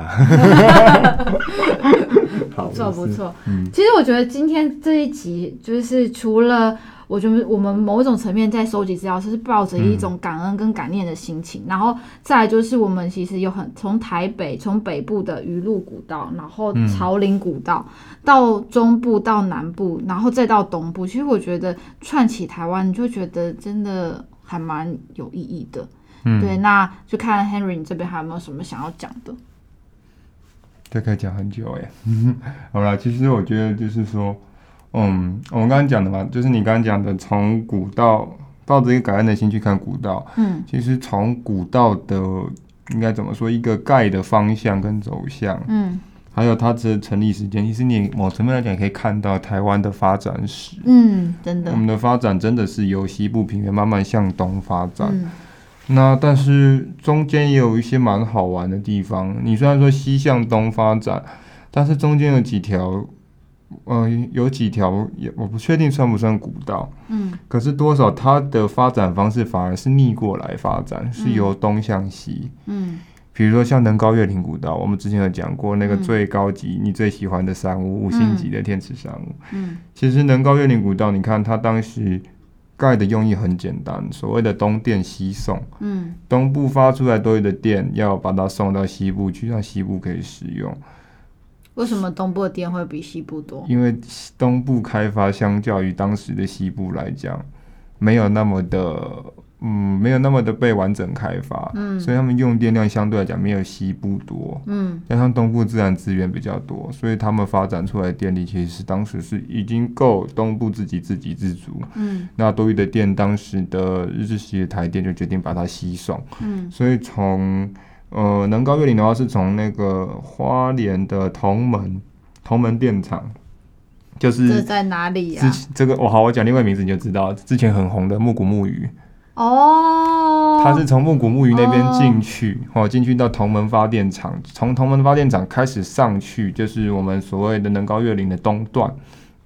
不错不错，嗯，其实我觉得今天这一集就是除了我觉得我们某种层面在收集资料，是抱着一种感恩跟感念的心情，嗯、然后再来就是我们其实有很从台北从北部的鱼路古道，然后草岭古道、嗯、到中部到南部，然后再到东部，其实我觉得串起台湾，你就觉得真的还蛮有意义的。嗯，对，那就看 Henry 你这边还有没有什么想要讲的。 这可以讲很久耶。好啦，其实我觉得就是说，嗯，我们刚刚讲的嘛，就是你刚刚讲的，从古道抱着一个感恩的心去看古道，嗯，其实从古道的应该怎么说，一个盖的方向跟走向，嗯，还有它的成立时间，其实你某层面来讲可以看到台湾的发展史， 嗯，真的， 我们的发展真的是由西部平原慢慢向东发展。嗯，那但是中间也有一些蛮好玩的地方。你虽然说西向东发展，但是中间有几条，呃，有几条也我不确定算不算古道。嗯。可是多少它的发展方式反而是逆过来发展，是由东向西。嗯。比如说像能高越岭古道，我们之前有讲过那个最高级、嗯、你最喜欢的山屋，五星级的天池山屋。嗯。其实能高越岭古道，你看它当时盖的用意很简单，所谓的东电西送，嗯，东部发出来多余的电，要把它送到西部去，让西部可以使用。 为什么东部的电会比西部多？ 因为东部开发相较于当时的西部来讲，没有那么的，嗯，没有那么的被完整开发，嗯，所以他们用电量相对来讲没有西部多，嗯，加上东部自然资源比较多，所以他们发展出来的电力其实是当时是已经够东部自己自给自足，嗯，那多余的电，当时的日治时期的台电就决定把它西送，嗯，所以从呃能高越岭的话是从那个花莲的同门同门电厂。就是这在哪里呀、啊？ 这个我好，我讲另外名字你就知道，之前很红的木谷木鱼。 哦， 它是从木谷木鱼那边进去，哦，进去到同门发电厂，从同门发电厂开始上去，就是我们所谓的能高越岭的东段，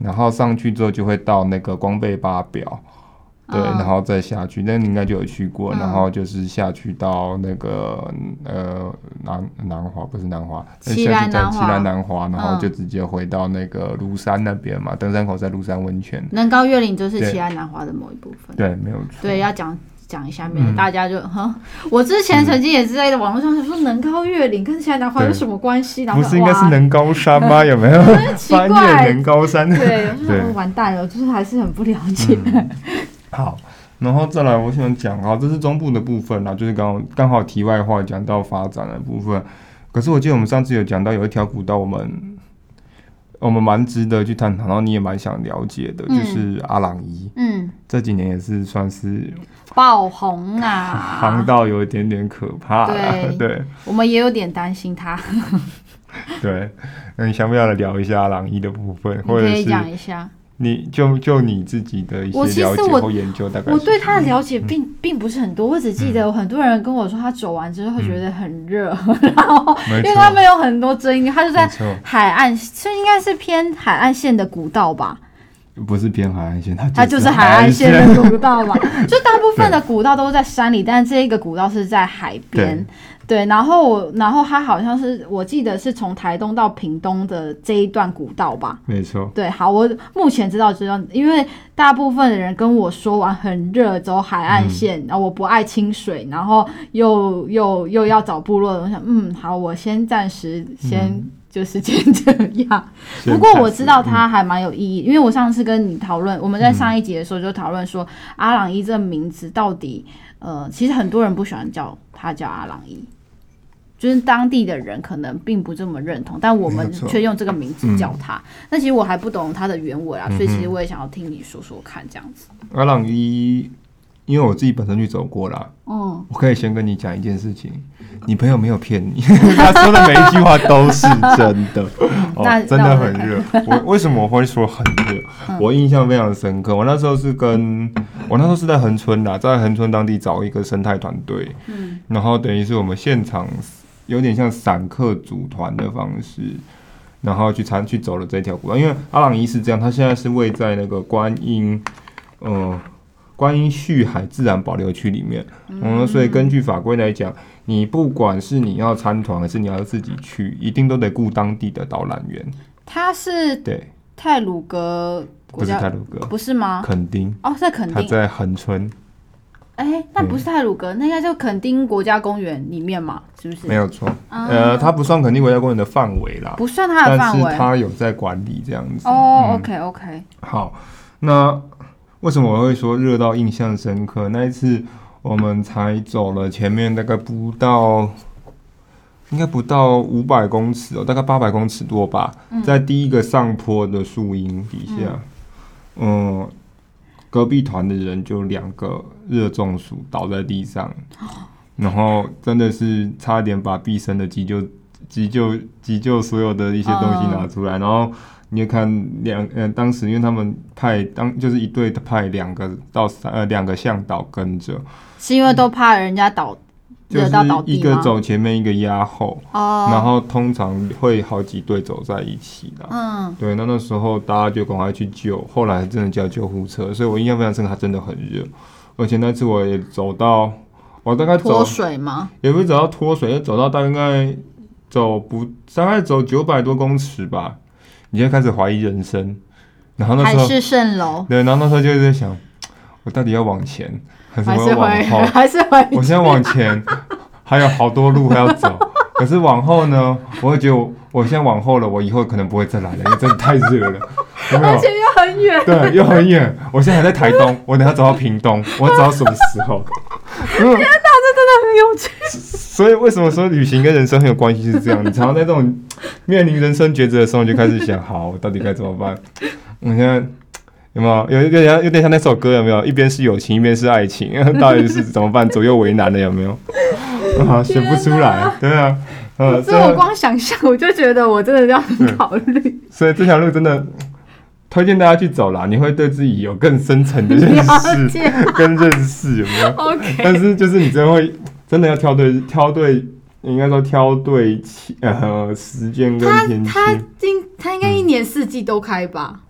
然后上去之后就会到那个光背八表。对，嗯、然后再下去，那你应该就有去过，嗯、然后就是下去到那个呃南南华不是南华， 奇兰南华， 奇兰南华，然后就直接回到那个庐山那边嘛，登山口在庐山温泉， 能高越岭就是奇兰南华的某一部分。 对，没有错。 对，要讲讲一下，免得大家就哈、嗯。我之前曾经也是在网络上说能高越岭跟奇兰南华有什么关系？ 不是应该是能高山吗？有没有？ 奇怪， 能高山。 对，我就说完蛋了，就是还是很不了解。嗯好，然后再来，我想讲啊，这是中部的部分啦，就是刚刚好题外话讲到发展的部分。可是我记得我们上次有讲到有一条古道，我们我们蛮值得去探讨，然后你也蛮想了解的，嗯、就是阿朗伊。嗯，这几年也是算是爆红啊， 夯到有一点点可怕啦。 对， 对我们也有点担心他。 对，那你想不想来聊一下阿朗伊的部分，或者是可以讲一下？ 你就就你自己的一些了解或研究，大概我对他的了解并、嗯、并不是很多，我只记得有很多人跟我说他走完之后会觉得很热，嗯、然后因为他们有很多争议，他就在海岸，这应该是偏海岸线的古道吧？ 不是偏海岸线，它它就是海岸线的古道嘛。就大部分的古道都是在山里，但是这一个古道是在海边。对，然后我，然后它好像是我记得是从台东到屏东的这一段古道吧？ 没错。 对，好，我目前知道知道，因为大部分的人跟我说完很热，走海岸线，嗯、然后我不爱清水，然后又又又要找部落的，我想，嗯，好，我先暂时先。嗯就是先这样，不过我知道它还蛮有意义，因为我上次跟你讨论，我们在上一集的时候就讨论说，阿朗伊这个名字到底，呃，其实很多人不喜欢叫他叫阿朗伊，就是当地的人可能并不这么认同，但我们却用这个名字叫他。那、嗯、其实我还不懂他的原委啊，所以其实我也想要听你说说看，这样子。 阿朗伊，因为我自己本身去走过啦，嗯，我可以先跟你讲一件事情。你朋友没有骗你，他说的每一句话都是真的，哦、真的很热。我为什么我会说很热？嗯、我印象非常深刻。我那时候是跟我那时候是在恒春啦，在恒春当地找一个生态团队，嗯，然后等于是我们现场有点像散客组团的方式，然后去参去走了这条古道。因为阿朗伊是这样，它现在是位在那个观音，呃。观音旭海自然保留区里面，嗯，所以根据法规来讲，你不管是你要参团还是你要自己去，一定都得雇当地的导览员。 他是对太鲁阁国家， 不是太鲁阁， 不是吗？ 垦丁哦，在垦丁， 他在恒春。 哎、欸，那不是太鲁阁，那应该就垦丁国家公园里面嘛，是不是？ 没有错，啊、呃，它不算垦丁国家公园的范围啦， 不算它的范围， 但是它有在管理这样子。 哦、嗯、，OK OK， 好，那。为什么我会说热到印象深刻？那一次我们才走了前面大概不到，应该不到五百公尺哦，大概八百公尺多吧。嗯、在第一个上坡的树荫底下，嗯，嗯隔壁团的人就两个热中暑倒在地上，然后真的是差点把毕生的急救、急救、急救所有的一些东西拿出来，嗯、然后。你也看两呃，当时因为他们派当就是一队派两个到三呃两个向导跟着， 是因为都怕人家倒， 就是一个走前面一个压后，哦，然后通常会好几队走在一起的，嗯，对，那那时候大家就赶快去救，后来真的叫救护车，所以我印象非常深刻，它真的很热，而且那次我也走到，我大概走脱水吗？ 也不是走到脱水，走到大概走不大概走九百多公尺吧。你就开始怀疑人生，然后那时候海市蜃楼， 对，然后那时候就在想，我到底要往前还是要往后？ 还是回？ 我现在往前还有好多路还要走，可是往后呢，我会觉得 我, 我现在往后了，我以后可能不会再来了，因为真的太热了，有没有？ 而且又很远， 对，又很远。我现在还在台东，我等下走到屏东，我走到什么时候？ 天哪，这真的很有趣。 所以为什么说旅行跟人生很有关系是这样？你常常在这种面临人生抉择的时候，你就开始想，好，我到底该怎么办？我现在有没有有有点像有点像那首歌有没有？一边是友情，一边是爱情，到底是怎么办？左右为难的有没有？啊，选不出来，对啊，呃， 所以我光想象我就觉得我真的要很考虑。 所以这条路真的推荐大家去走啦，你会对自己有更深层的认识跟认识，有没有 ？OK。 但是就是你真的会真的要挑对挑对，应该说挑对呃时间跟天气。 它它应它应该一年四季都开吧？ 嗯、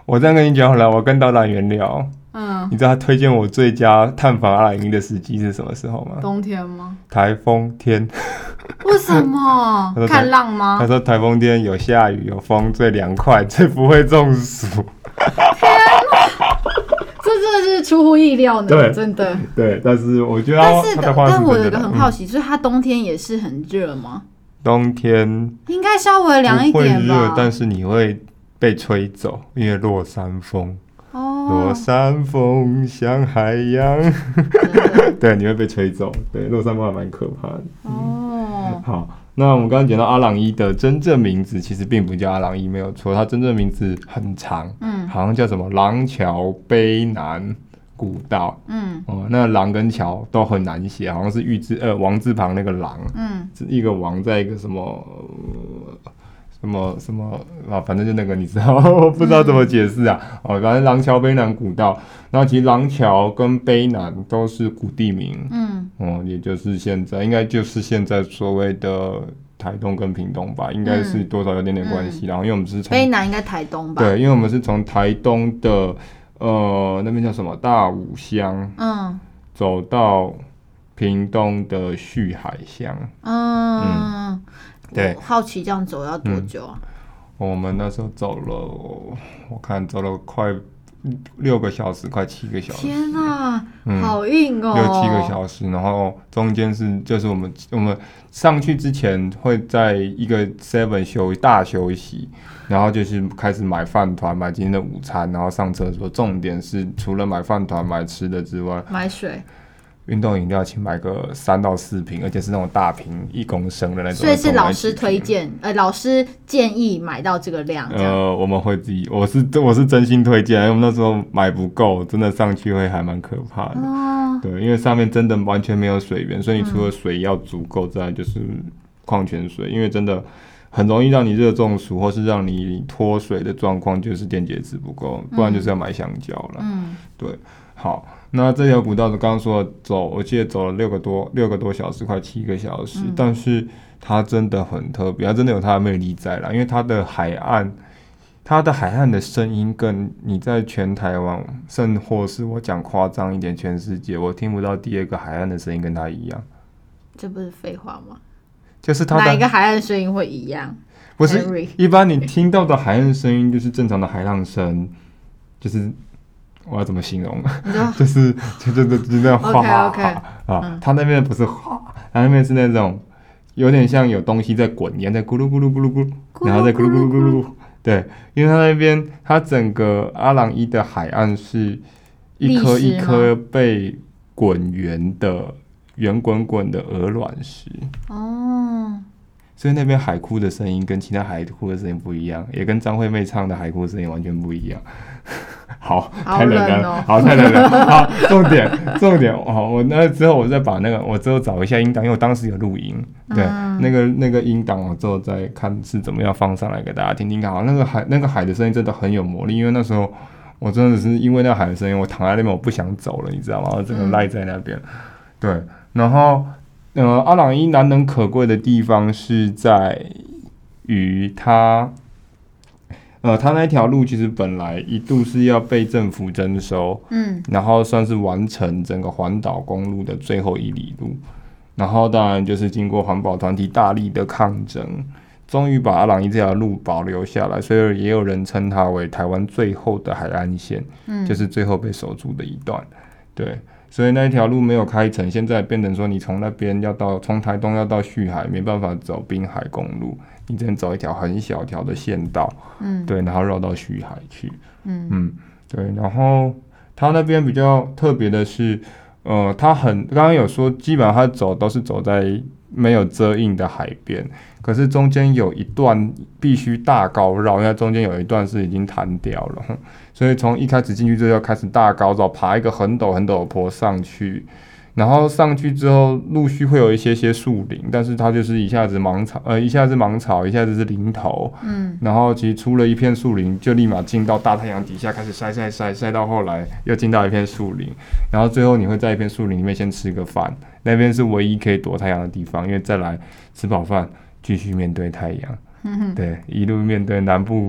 我这样跟你讲好了，我跟导览员聊， 嗯， 你知道他推荐我最佳探访阿朗伊的时机是什么时候吗？ 冬天吗？ 台风天。 为什么？看浪吗？ 他说台风天有下雨有风，最凉快，最不会中暑。 天哪！这真的是出乎意料呢， 对， 真的。 对，但是我觉得但是他的话是真的， 但我有一个很好奇，嗯、就是它冬天也是很热吗？ 冬天应该稍微凉一点吧。 不会热，但是你会被吹走，因为落山风。哦。落山风像海洋。对，你会被吹走。对，落山风还蛮可怕的。哦。好。那我们刚刚讲到阿朗伊的真正名字，其实并不叫阿朗伊，没有错，它真正名字很长，嗯，好像叫什么廊桥卑南古道，嗯，哦，那廊跟桥都很难写，好像是玉字呃王字旁那个廊，嗯，是一个王在一个什么、呃、什么什么啊，反正就那个你知道，我不知道怎么解释啊，嗯、哦，反正廊桥卑南古道，然后其实廊桥跟卑南都是古地名，嗯。哦、嗯，也就是现在，应该就是现在所谓的台东跟屏东吧，应该是多少有点点关系。嗯、然后，因为我们是从卑南应该台东吧？ 对，因为我们是从台东的呃那边叫什么大武乡，嗯，走到屏东的旭海乡。嗯， 嗯对，好奇这样走要多久啊？ 嗯、我们那时候走了，我看走了快。六个小时，快七个小时。 天啊，嗯、好硬哦！ 六七个小时，然后中间是就是我们我们上去之前会在一个 seven 休大休息，然后就是开始买饭团，买今天的午餐，然后上厕所。重点是除了买饭团、买吃的之外， 买水。 运动饮料请买个三到四瓶，而且是那种大瓶一公升的那种。 所以是老师推荐，呃，老师建议买到这个量。 呃，我们会自己，我是我是真心推荐，因为我们那时候买不够，真的上去会还蛮可怕的。哦。对，因为上面真的完全没有水源，所以你除了水要足够，再来就是矿泉水，因为真的很容易让你热中暑，或是让你脱水的状况，就是电解质不够，不然就是要买香蕉了。嗯。对，好。那这条古道刚刚说的走，我记得走了六个多六个多小时，快七个小时，嗯、但是它真的很特别，它真的有它的魅力在啦，因为它的海岸，它的海岸的声音跟你在全台湾，甚或是我讲夸张一点，全世界我听不到第二个海岸的声音跟它一样。 这不是废话吗？ 就是它的哪一个海岸声音会一样？ 不是，一般你听到的海岸声音就是正常的海浪声，就是。我要怎么形容？就是就就就就那样哗哗哗啊！他那边不是哗，他那边是那种有点像有东西在滚一样，在咕噜咕噜咕噜咕噜，然后再咕噜咕噜咕噜咕噜。对，因为他那边他整个阿朗伊的海岸是一颗一颗被滚圆的圆滚滚的鹅卵石。哦。所以那边海哭的声音跟其他海哭的声音不一样，也跟张惠妹唱的海哭的声音完全不一样。好，太冷了，哦、好，太冷了。好，重点，重点，好，我那之后我再把那个，我之后找一下音档，因为我当时有录音，对，嗯、那个那个音档，我之后再看是怎么样放上来给大家听听看。好，那个海那个海的声音真的很有魔力，因为那时候我真的是因为那个海的声音，我躺在那边我不想走了，你知道吗？我整个赖在那边，嗯、对，然后。呃，阿朗伊难能可贵的地方是在于它，呃，它那条路其实本来一度是要被政府征收，嗯，然后算是完成整个环岛公路的最后一里路，然后当然就是经过环保团体大力的抗争，终于把阿朗伊这条路保留下来，所以也有人称它为台湾最后的海岸线，嗯，就是最后被守住的一段，对。所以那一条路没有开成，现在变成说你从那边要到从台东要到旭海，没办法走滨海公路，你只能走一条很小条的县道，嗯，对，然后绕到旭海去，嗯嗯，对，然后它那边比较特别的是，呃，它很刚刚有说，基本上它走都是走在没有遮荫的海边，可是中间有一段必须大高绕，因为中间有一段是已经弹掉了。所以从一开始进去之后要开始大高绕，爬一个很陡很陡的坡上去，然后上去之后陆续会有一些些树林，但是它就是一下子芒草，呃，一下子芒草，一下子是林头，嗯，然后其实出了一片树林，就立马进到大太阳底下开始晒晒晒晒到后来又进到一片树林，然后最后你会在一片树林里面先吃个饭，那边是唯一可以躲太阳的地方，因为再来吃饱饭继续面对太阳，嗯哼，对，一路面对南部。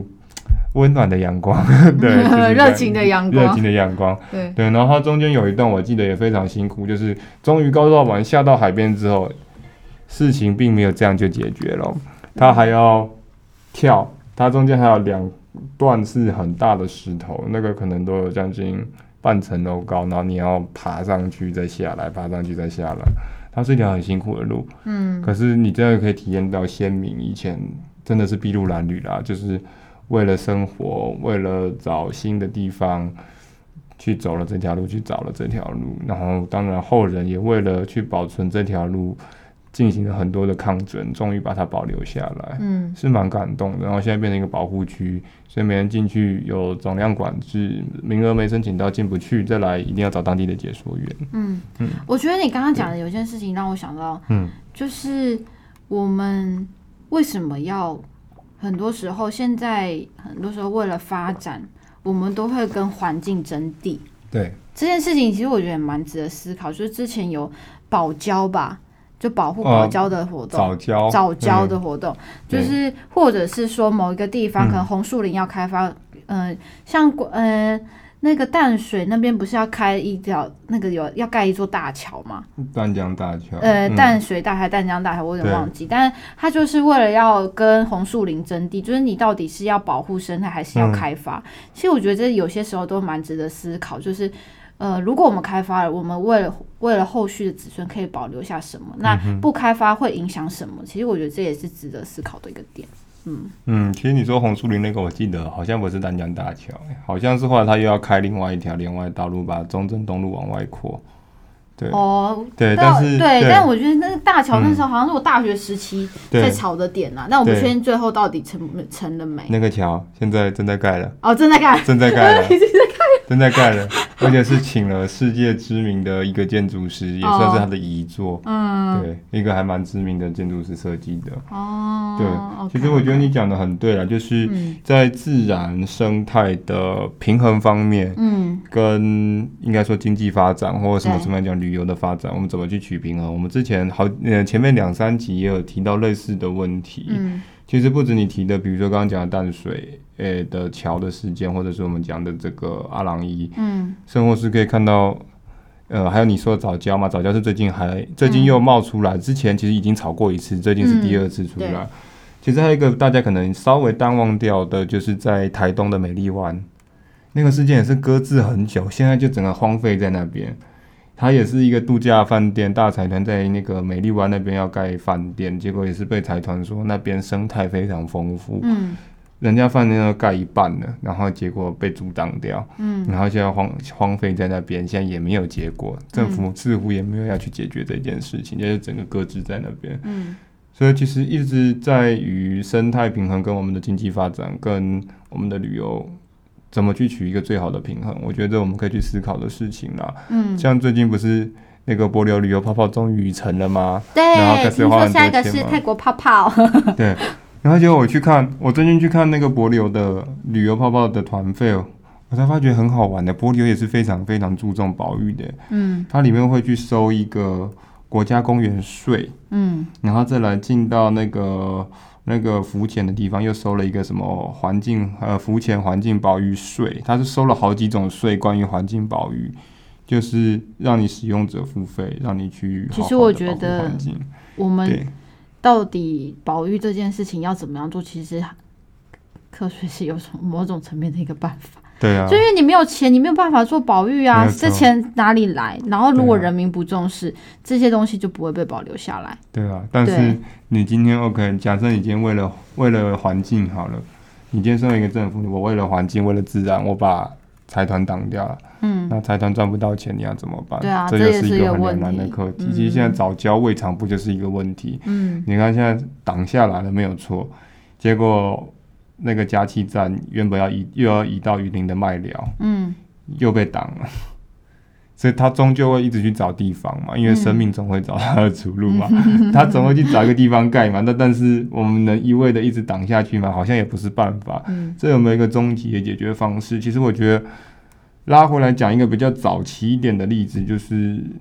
温暖的阳光，对， 热、就是、情的阳光， 热情的阳光， 对对。然后它中间有一段我记得也非常辛苦，就是终于高道完下到海边之后，事情并没有这样就解决了，它还要跳，它中间还有两段是很大的石头，那个可能都有将近半层楼高，然后你要爬上去再下来，爬上去再下来，它是一条很辛苦的路。嗯，可是你真的可以体验到先民以前真的是筚路蓝缕啦，就是为了生活，为了找新的地方去走了这条路，去找了这条路，然后当然后人也为了去保存这条路，进行了很多的抗争，终于把它保留下来，嗯，是蛮感动的。然后现在变成一个保护区，所以没人进去有总量管制，名额没申请到进不去，再来一定要找当地的解说员。嗯嗯，我觉得你刚刚讲的有件事情让我想到，嗯，就是我们为什么要很多时候现在很多时候为了发展，我们都会跟环境争地。 对这件事情，其实我觉得也蛮值得思考。就是之前有保礁吧。就保护保礁的活动， 早礁早礁的活动，嗯、就是或者是说某一个地方、嗯、可能红树林要开发，嗯、呃，像呃那个淡水那边不是要开一条那个有要盖一座大桥吗？ 淡江大桥， 呃，嗯、淡水大桥、淡江大桥，我有点忘记，但是它就是为了要跟红树林争地，就是你到底是要保护生态还是要开发？嗯、其实我觉得这有些时候都蛮值得思考，就是。呃，如果我们开发了，我们为了为了后续的子孙可以保留下什么？那不开发会影响什么？其实我觉得这也是值得思考的一个点。嗯嗯，其实你说红树林那个，我记得好像不是淡江大桥，好像是后来他又要开另外一条连外道路，把中正东路往外扩。对哦，对，但是对, 对，但我觉得那个大桥那时候好像是我大学时期在吵的点啦，但我不确定最后到底成成了没。 那个桥现在正在盖了。 哦，正在盖， 正在盖了，正在盖了，而且是请了世界知名的一个建筑师，也算是他的遗作。嗯，对，一个还蛮知名的建筑师设计的。哦，对， okay, 其实我觉得你讲的很对啦，就是在自然生态的平衡方面，嗯，跟应该说经济发展或者什么什么讲旅游的发展，我们怎么去取平衡？我们之前好呃前面两三集也有提到类似的问题。嗯，其实不止你提的，比如说刚刚讲的淡水。诶的桥的事件，或者是我们讲的这个阿朗伊，嗯，甚或是可以看到，呃，还有你说的早礁嘛，早礁是最近还最近又冒出来，嗯、之前其实已经炒过一次，最近是第二次出来。嗯、其实还有一个大家可能稍微淡忘掉的，就是在台东的美丽湾，那个事件也是搁置很久，现在就整个荒废在那边。它也是一个度假饭店，大财团在那个美丽湾那边要盖饭店，结果也是被财团说那边生态非常丰富。嗯。人家饭店都盖一半了，然后结果被阻挡掉，嗯，然后现在荒荒废在那边，现在也没有结果，政府似乎也没有要去解决这件事情，就是整个搁置在那边，嗯，所以其实一直在于生态平衡跟我们的经济发展跟我们的旅游怎么去取一个最好的平衡，我觉得我们可以去思考的事情啦，嗯，像最近不是那个帛琉旅游泡泡终于成了吗？ 对， 然后开始花很多钱吗？ 听说下一个是泰国泡泡， 对。然后结果我去看，我最近去看那个帛琉的旅游泡泡的团费，我才发觉很好玩的。帛琉也是非常非常注重保育的，嗯，它里面会去收一个国家公园税，嗯，然后再来进到那个那个浮潜的地方，又收了一个什么环境呃浮潜环境保育税，它是收了好几种税，关于环境保育，就是让你使用者付费，让你去好好的保护环境。 其实我觉得我们到底保育这件事情要怎么样做？其实课税是有某种层面的一个办法。 对啊， 就因为你没有钱，你没有办法做保育啊，这钱哪里来？然后如果人民不重视，啊、这些东西就不会被保留下来。 对啊，但是你今天 OK， 假设你今天为了为了环境好了，你今天身为一个政府，我为了环境，为了自然，我把财团挡掉了，嗯，那财团赚不到钱，你要怎么办？ 对啊， 这就是一个很两难的课题。其实现在早教未尝不就是一个问题。嗯，你看现在挡下来了没有错，结果那个嘉气站原本要移又要移到云林的麦寮，嗯，又被挡了，所以他终究会一直去找地方嘛，因为生命总会找他的出路嘛，嗯、他总会去找一个地方盖嘛。那但是我们能一味的一直挡下去嘛，好像也不是办法。嗯，这有没有一个终极的解决方式？其实我觉得拉回来讲一个比较早期一点的例子，就是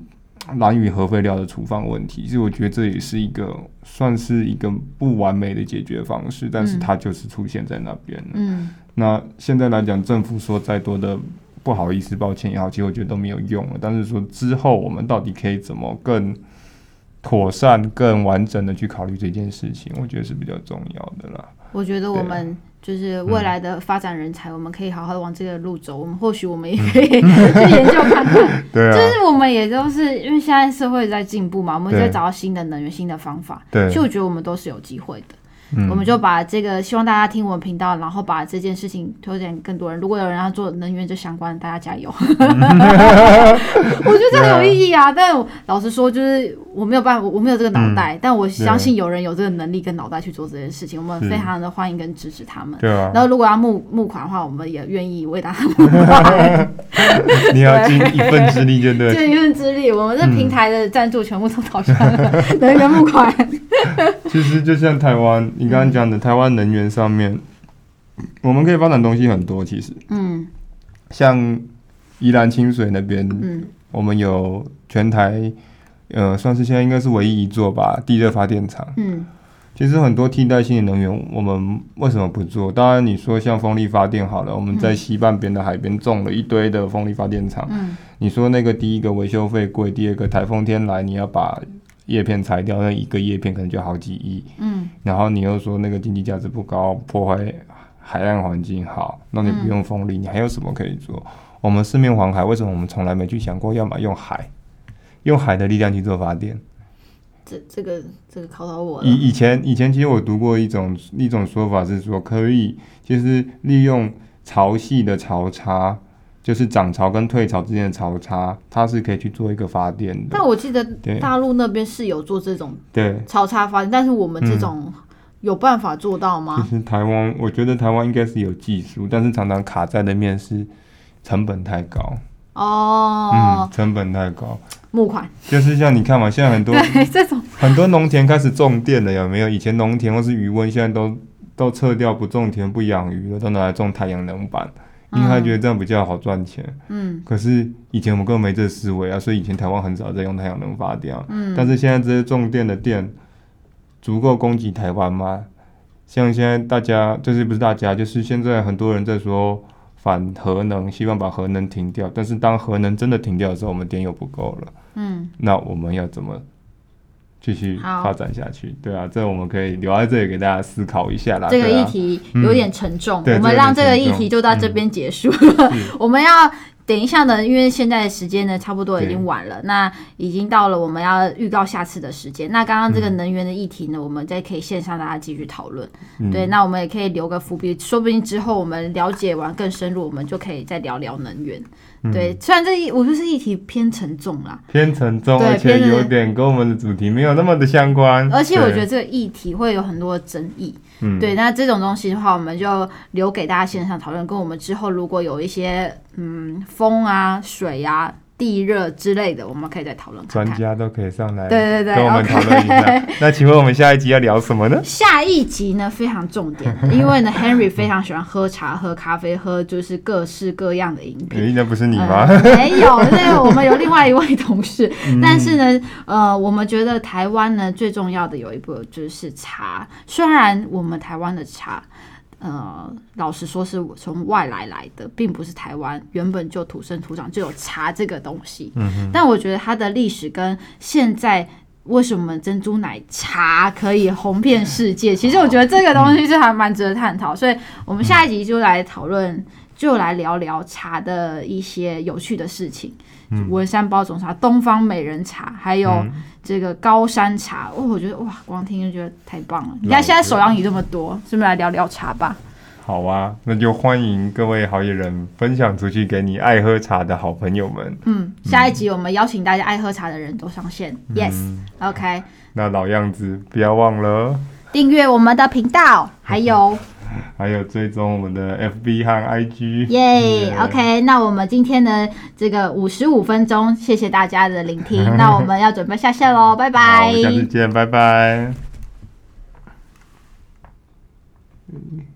蓝屿核废料的处放问题，其实我觉得这也是一个算是一个不完美的解决方式，但是它就是出现在那边了。嗯，那现在来讲，政府说再多的不好意思、抱歉也好，其实我觉得都没有用了。但是说之后我们到底可以怎么更妥善、更完整的去考虑这件事情，我觉得是比较重要的啦。 我觉得我们就是未来的发展人才，嗯、我们可以好好往这个路走。我们或许我们也可以去研究看看。对啊，就是我们也都是因为现在社会在进步嘛，我们在找到新的能源、新的方法。对，所以我觉得我们都是有机会的。嗯、我们就把这个，希望大家听我们频道，然后把这件事情推荐更多人。如果有人要做能源这相关的，大家加油！我觉得这很有意义啊。但老实说，就是我没有办法，我没有这个脑袋，嗯、但我相信有人有这个能力跟脑袋去做这件事情。我们非常的欢迎跟支持他们。对啊。然后如果要募募款的话，我们也愿意为大家募款。 你要尽一份之力，就对。 尽一份之力，我们这平台的赞助全部都导向了能源募款。 其实就像台湾。你刚刚讲的台湾能源上面，我们可以发展东西很多。其实，嗯，像宜兰清水那边，嗯，我们有全台，呃，算是现在应该是唯一一座吧，地热发电厂。嗯，其实很多替代性的能源，我们为什么不做？当然，你说像风力发电好了，我们在西半边的海边种了一堆的风力发电厂。嗯，你说那个第一个维修费贵，第二个台风天来，你要把叶片裁掉，那一个叶片可能就好几亿。嗯，然后你又说那个经济价值不高，破坏海岸环境好，那你不用风力，嗯、你还有什么可以做？我们四面环海，为什么我们从来没去想过，要么用海，用海的力量去做发电？ 这这个这个考到我了。 以以前以前其实我读过一种一种说法是说，可以就是利用潮汐的潮差。就是涨潮跟退潮之间的潮差，它是可以去做一个发电的。 但我记得大陆那边是有做这种潮差发电，但是我们这种有办法做到吗？ 其实台湾，我觉得台湾应该是有技术，但是常常卡在的面是成本太高。哦，嗯，成本太高。 募款就是像你看嘛，现在很多这种很多农田开始种电了，有没有？以前农田或是渔温，现在都都撤掉，不种田不养鱼了，都拿来种太阳能板。因为他觉得这样比较好赚钱，嗯，可是以前我们根本没这思维啊，所以以前台湾很少在用太阳能发电，嗯，但是现在这些种电的电足够供给台湾吗？像现在大家就是不是大家，就是现在很多人在说反核能，希望把核能停掉，但是当核能真的停掉的时候，我们电又不够了，嗯，那我们要怎么继续发展下去？对啊，这我们可以留在这里给大家思考一下啦。 这个议题有点沉重，嗯、我们让这个议题就到这边结束。嗯、我们要等一下呢，因为现在的时间呢差不多已经晚了，那已经到了我们要预告下次的时间。那刚刚这个能源的议题呢，嗯、我们再可以线上大家继续讨论。嗯、对，那我们也可以留个伏笔，说不定之后我们了解完更深入，我们就可以再聊聊能源。对，虽然这一我觉得是议题偏沉重啦， 偏沉重，而且有点跟我们的主题没有那么的相关。 而且我觉得这个议题会有很多的争议。嗯，对，那这种东西的话，我们就留给大家线上讨论。跟我们之后如果有一些嗯风啊、水啊、地热之类的，我们可以再讨论看看。 专家都可以上来， 对对对， 跟我们讨论一下。Okay 那请问我们下一集要聊什么呢？ 下一集呢非常重点，因为呢 Henry 非常喜欢喝茶、喝咖啡、喝就是各式各样的饮品。 那不是你吗？ 呃、没有，那我们有另外一位同事。嗯、但是呢，呃，我们觉得台湾呢最重要的有一步就是茶。虽然我们台湾的茶。呃，老实说是从外来来的，并不是台湾原本就土生土长就有茶这个东西。嗯、但我觉得它的历史跟现在为什么珍珠奶茶可以红遍世界，其实我觉得这个东西是还蛮值得探讨。所以我们下一集就来讨论，就来聊聊茶的一些有趣的事情。文山包种茶、东方美人茶，还有这个高山茶，哦，我觉得哇，光听就觉得太棒了。你看现在手摇饮这么多，顺便来聊聊茶吧。 好啊，那就欢迎各位好野人分享出去给你爱喝茶的好朋友们。 嗯，下一集我们邀请大家爱喝茶的人都上线。嗯、Yes，OK、okay。那老样子，不要忘了订阅我们的频道，还有。 还有追踪我们的 F B 和 I G。 耶、yeah, ，OK， 那我们今天的这个五十五分钟，谢谢大家的聆听。那我们要准备下线喽，拜拜。 好，下次见，拜拜。嗯